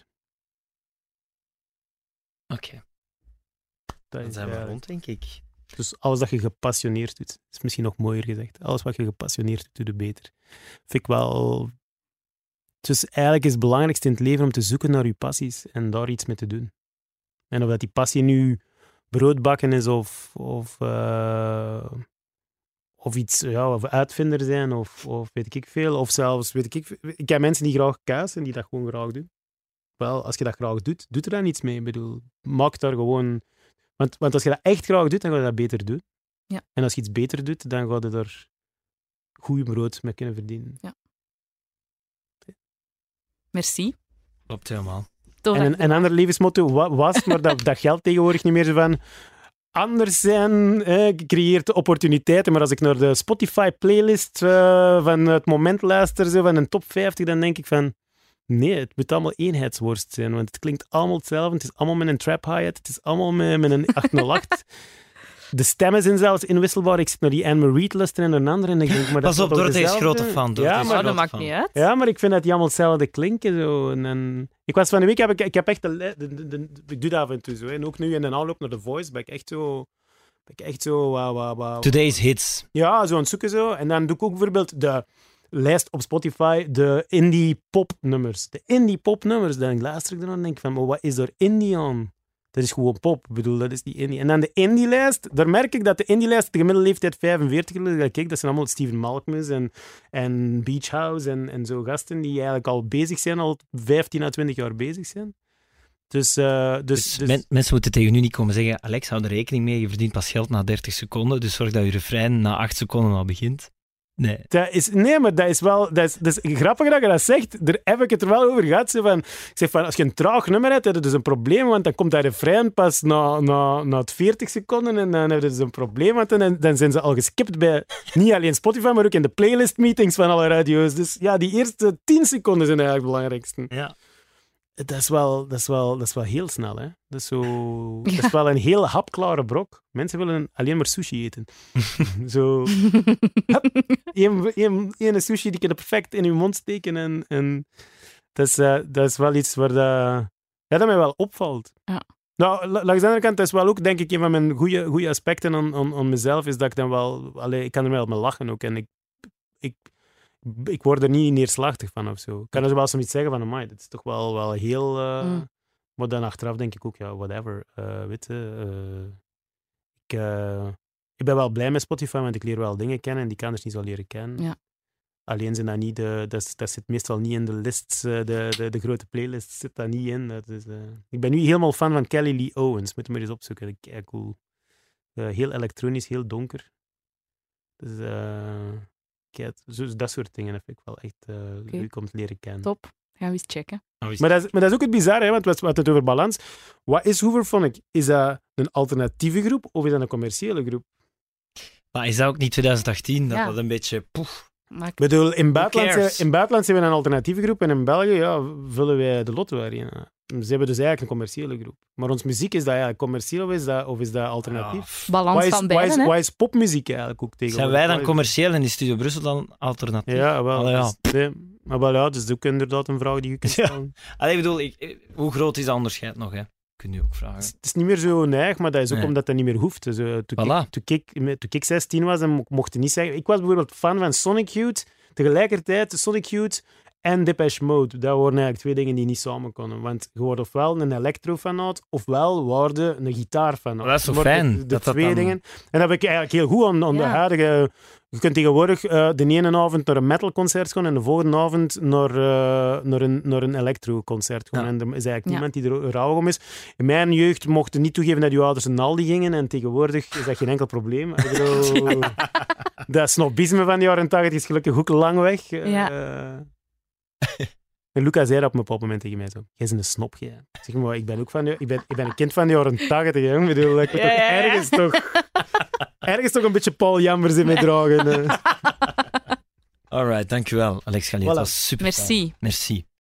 Oké. Dan zijn we rond, denk ik. Dus alles dat je gepassioneerd doet, is misschien nog mooier gezegd. Alles wat je gepassioneerd doet, doe je beter. Vind ik wel... Dus eigenlijk is het belangrijkste in het leven om te zoeken naar je passies en daar iets mee te doen. En of dat die passie nu broodbakken is of iets, of uitvinder zijn of weet ik veel. Of zelfs, ik heb mensen die graag kaas en die dat gewoon graag doen. Wel, als je dat graag doet, doet er dan iets mee. Ik bedoel, maak daar gewoon... Want als je dat echt graag doet, dan ga je dat beter doen. Ja. En als je iets beter doet, dan ga je er goed brood mee kunnen verdienen. Ja. Merci. Klopt helemaal. En een ander levensmotto was, maar dat geldt tegenwoordig niet meer, zo van... Anders zijn, creëert opportuniteiten. Maar als ik naar de Spotify-playlist van het moment luister, zo van een top 50, dan denk ik van... Nee, het moet allemaal eenheidsworst zijn, want het klinkt allemaal hetzelfde. Het is allemaal met een trap hi-hat, het is allemaal met een 808. De stemmen zijn zelfs inwisselbaar. Ik zit naar die Anne-Marie Reid luisteren en een andere en ik denk... Maar pas op, Dorothee is grote fan. Ja, maar dat maakt niet uit. Ja, maar ik vind dat die allemaal hetzelfde klinken. Zo. En ik was van de week... Ik heb echt ik doe dat af en toe zo. En ook nu in de aanloop naar The Voice ben ik echt zo... Wow. Today's hits. Ja, zo aan het zoeken zo. En dan doe ik ook bijvoorbeeld de... lijst op Spotify, de indie popnummers. De indie popnummers, dan luister ik er aan en denk van, maar wat is er indie aan? Dat is gewoon pop. Ik bedoel, dat is die indie. En dan de indie-lijst, daar merk ik dat de indie-lijst de gemiddelde leeftijd 45 is. Kijk, dat zijn allemaal Stephen Malkmus en Beach House en zo gasten die eigenlijk al bezig zijn, al 15 à 20 jaar bezig zijn. Dus mensen moeten tegen u niet komen zeggen, Alex, hou er rekening mee, je verdient pas geld na 30 seconden, dus zorg dat je refrein na 8 seconden al begint. Nee. Maar dat is wel... Dat is grappig dat je dat zegt. Daar heb ik het er wel over gehad. Ik zeg van, als je een traag nummer hebt, heb je dus een probleem, want dan komt dat refrein pas na 40 seconden en dan heb je dus een probleem, want dan zijn ze al geskipt bij niet alleen Spotify, maar ook in de playlist-meetings van alle radio's. Dus ja, die eerste 10 seconden zijn eigenlijk het belangrijkste. Ja. Dat is wel heel snel, hè. Dat is wel een heel hapklare brok. Mensen willen alleen maar sushi eten. Zo... Eén sushi die kan perfect in je mond steken. En dat is wel iets waar dat mij wel opvalt. Ja. Nou, langs de andere kant, dat is wel ook, denk ik, een van mijn goede aspecten aan mezelf, is dat ik dan wel... ik kan er wel mee lachen ook. En ik word er niet neerslachtig van of zo. Ik kan er wel zoiets zeggen van, amai, dat is toch wel heel... Maar dan achteraf denk ik ook, ja, whatever. Weet je, ik ben wel blij met Spotify, want ik leer wel dingen kennen en die ik anders niet zal leren kennen. Ja. Alleen zijn dat niet dat zit meestal niet in de lists, de grote playlists zit dat niet in. Ik ben nu helemaal fan van Kelly Lee Owens, moet je maar eens opzoeken. Kijk, cool. Heel elektronisch, heel donker. Dus... dat soort dingen vind ik wel echt leuk om te leren kennen. Top, gaan we eens checken. Maar dat is ook het bizarre, hè, want we hadden het over balans. Wat is Hooverphonic? Is dat een alternatieve groep of is dat een commerciële groep? Maar is dat ook niet 2018 dat een beetje... Poef. Ik bedoel, in buitenland zijn we een alternatieve groep en in België vullen wij de lotto erin. Ze hebben dus eigenlijk een commerciële groep. Maar ons muziek, is dat eigenlijk commercieel of is dat alternatief? Ja. Balans van beiden, hè? Wat is popmuziek eigenlijk ook tegenwoordig? Zijn wij dan commercieel in die Studio Brussel dan alternatief? Ja, wel. Maar wel, dat is ook inderdaad een vraag die je kunt stellen. Ik bedoel, hoe groot is dat onderscheid nog, hè? Kun je ook vragen. Het is niet meer zo neig, maar dat is ook omdat dat niet meer hoeft. Dus, toen ik 16 was, dan mocht je niet zeggen... Ik was bijvoorbeeld fan van Sonic Youth. Tegelijkertijd, Sonic Youth en Depeche Mode. Dat waren eigenlijk twee dingen die niet samen konden. Want je wordt ofwel een electro-fanaat, ofwel word je een gitaarfanaat. Dat is zo fijn. De twee dingen. En dat heb ik eigenlijk heel goed aan de huidige... Je kunt tegenwoordig de ene avond naar een metalconcert gaan en de volgende avond naar een electro-concert gaan. En er is eigenlijk niemand die er rauw om is. In mijn jeugd mochten niet toegeven dat je ouders een Aldi gingen en tegenwoordig is dat geen enkel probleem. Ik bedoel, dat snobisme van de jaren 80 is gelukkig ook lang weg. En Luca zei dat op een bepaald moment tegen mij zo. Jij bent een snop, jij. Zeg maar, ik ben ook ik ben een kind van de jaren 80. Hè. Ik bedoel, ik moet ergens toch een beetje Paul Jambers in mij dragen. Alright, dankjewel, Alex Galliet. Voilà. Dat was super. Merci. Merci.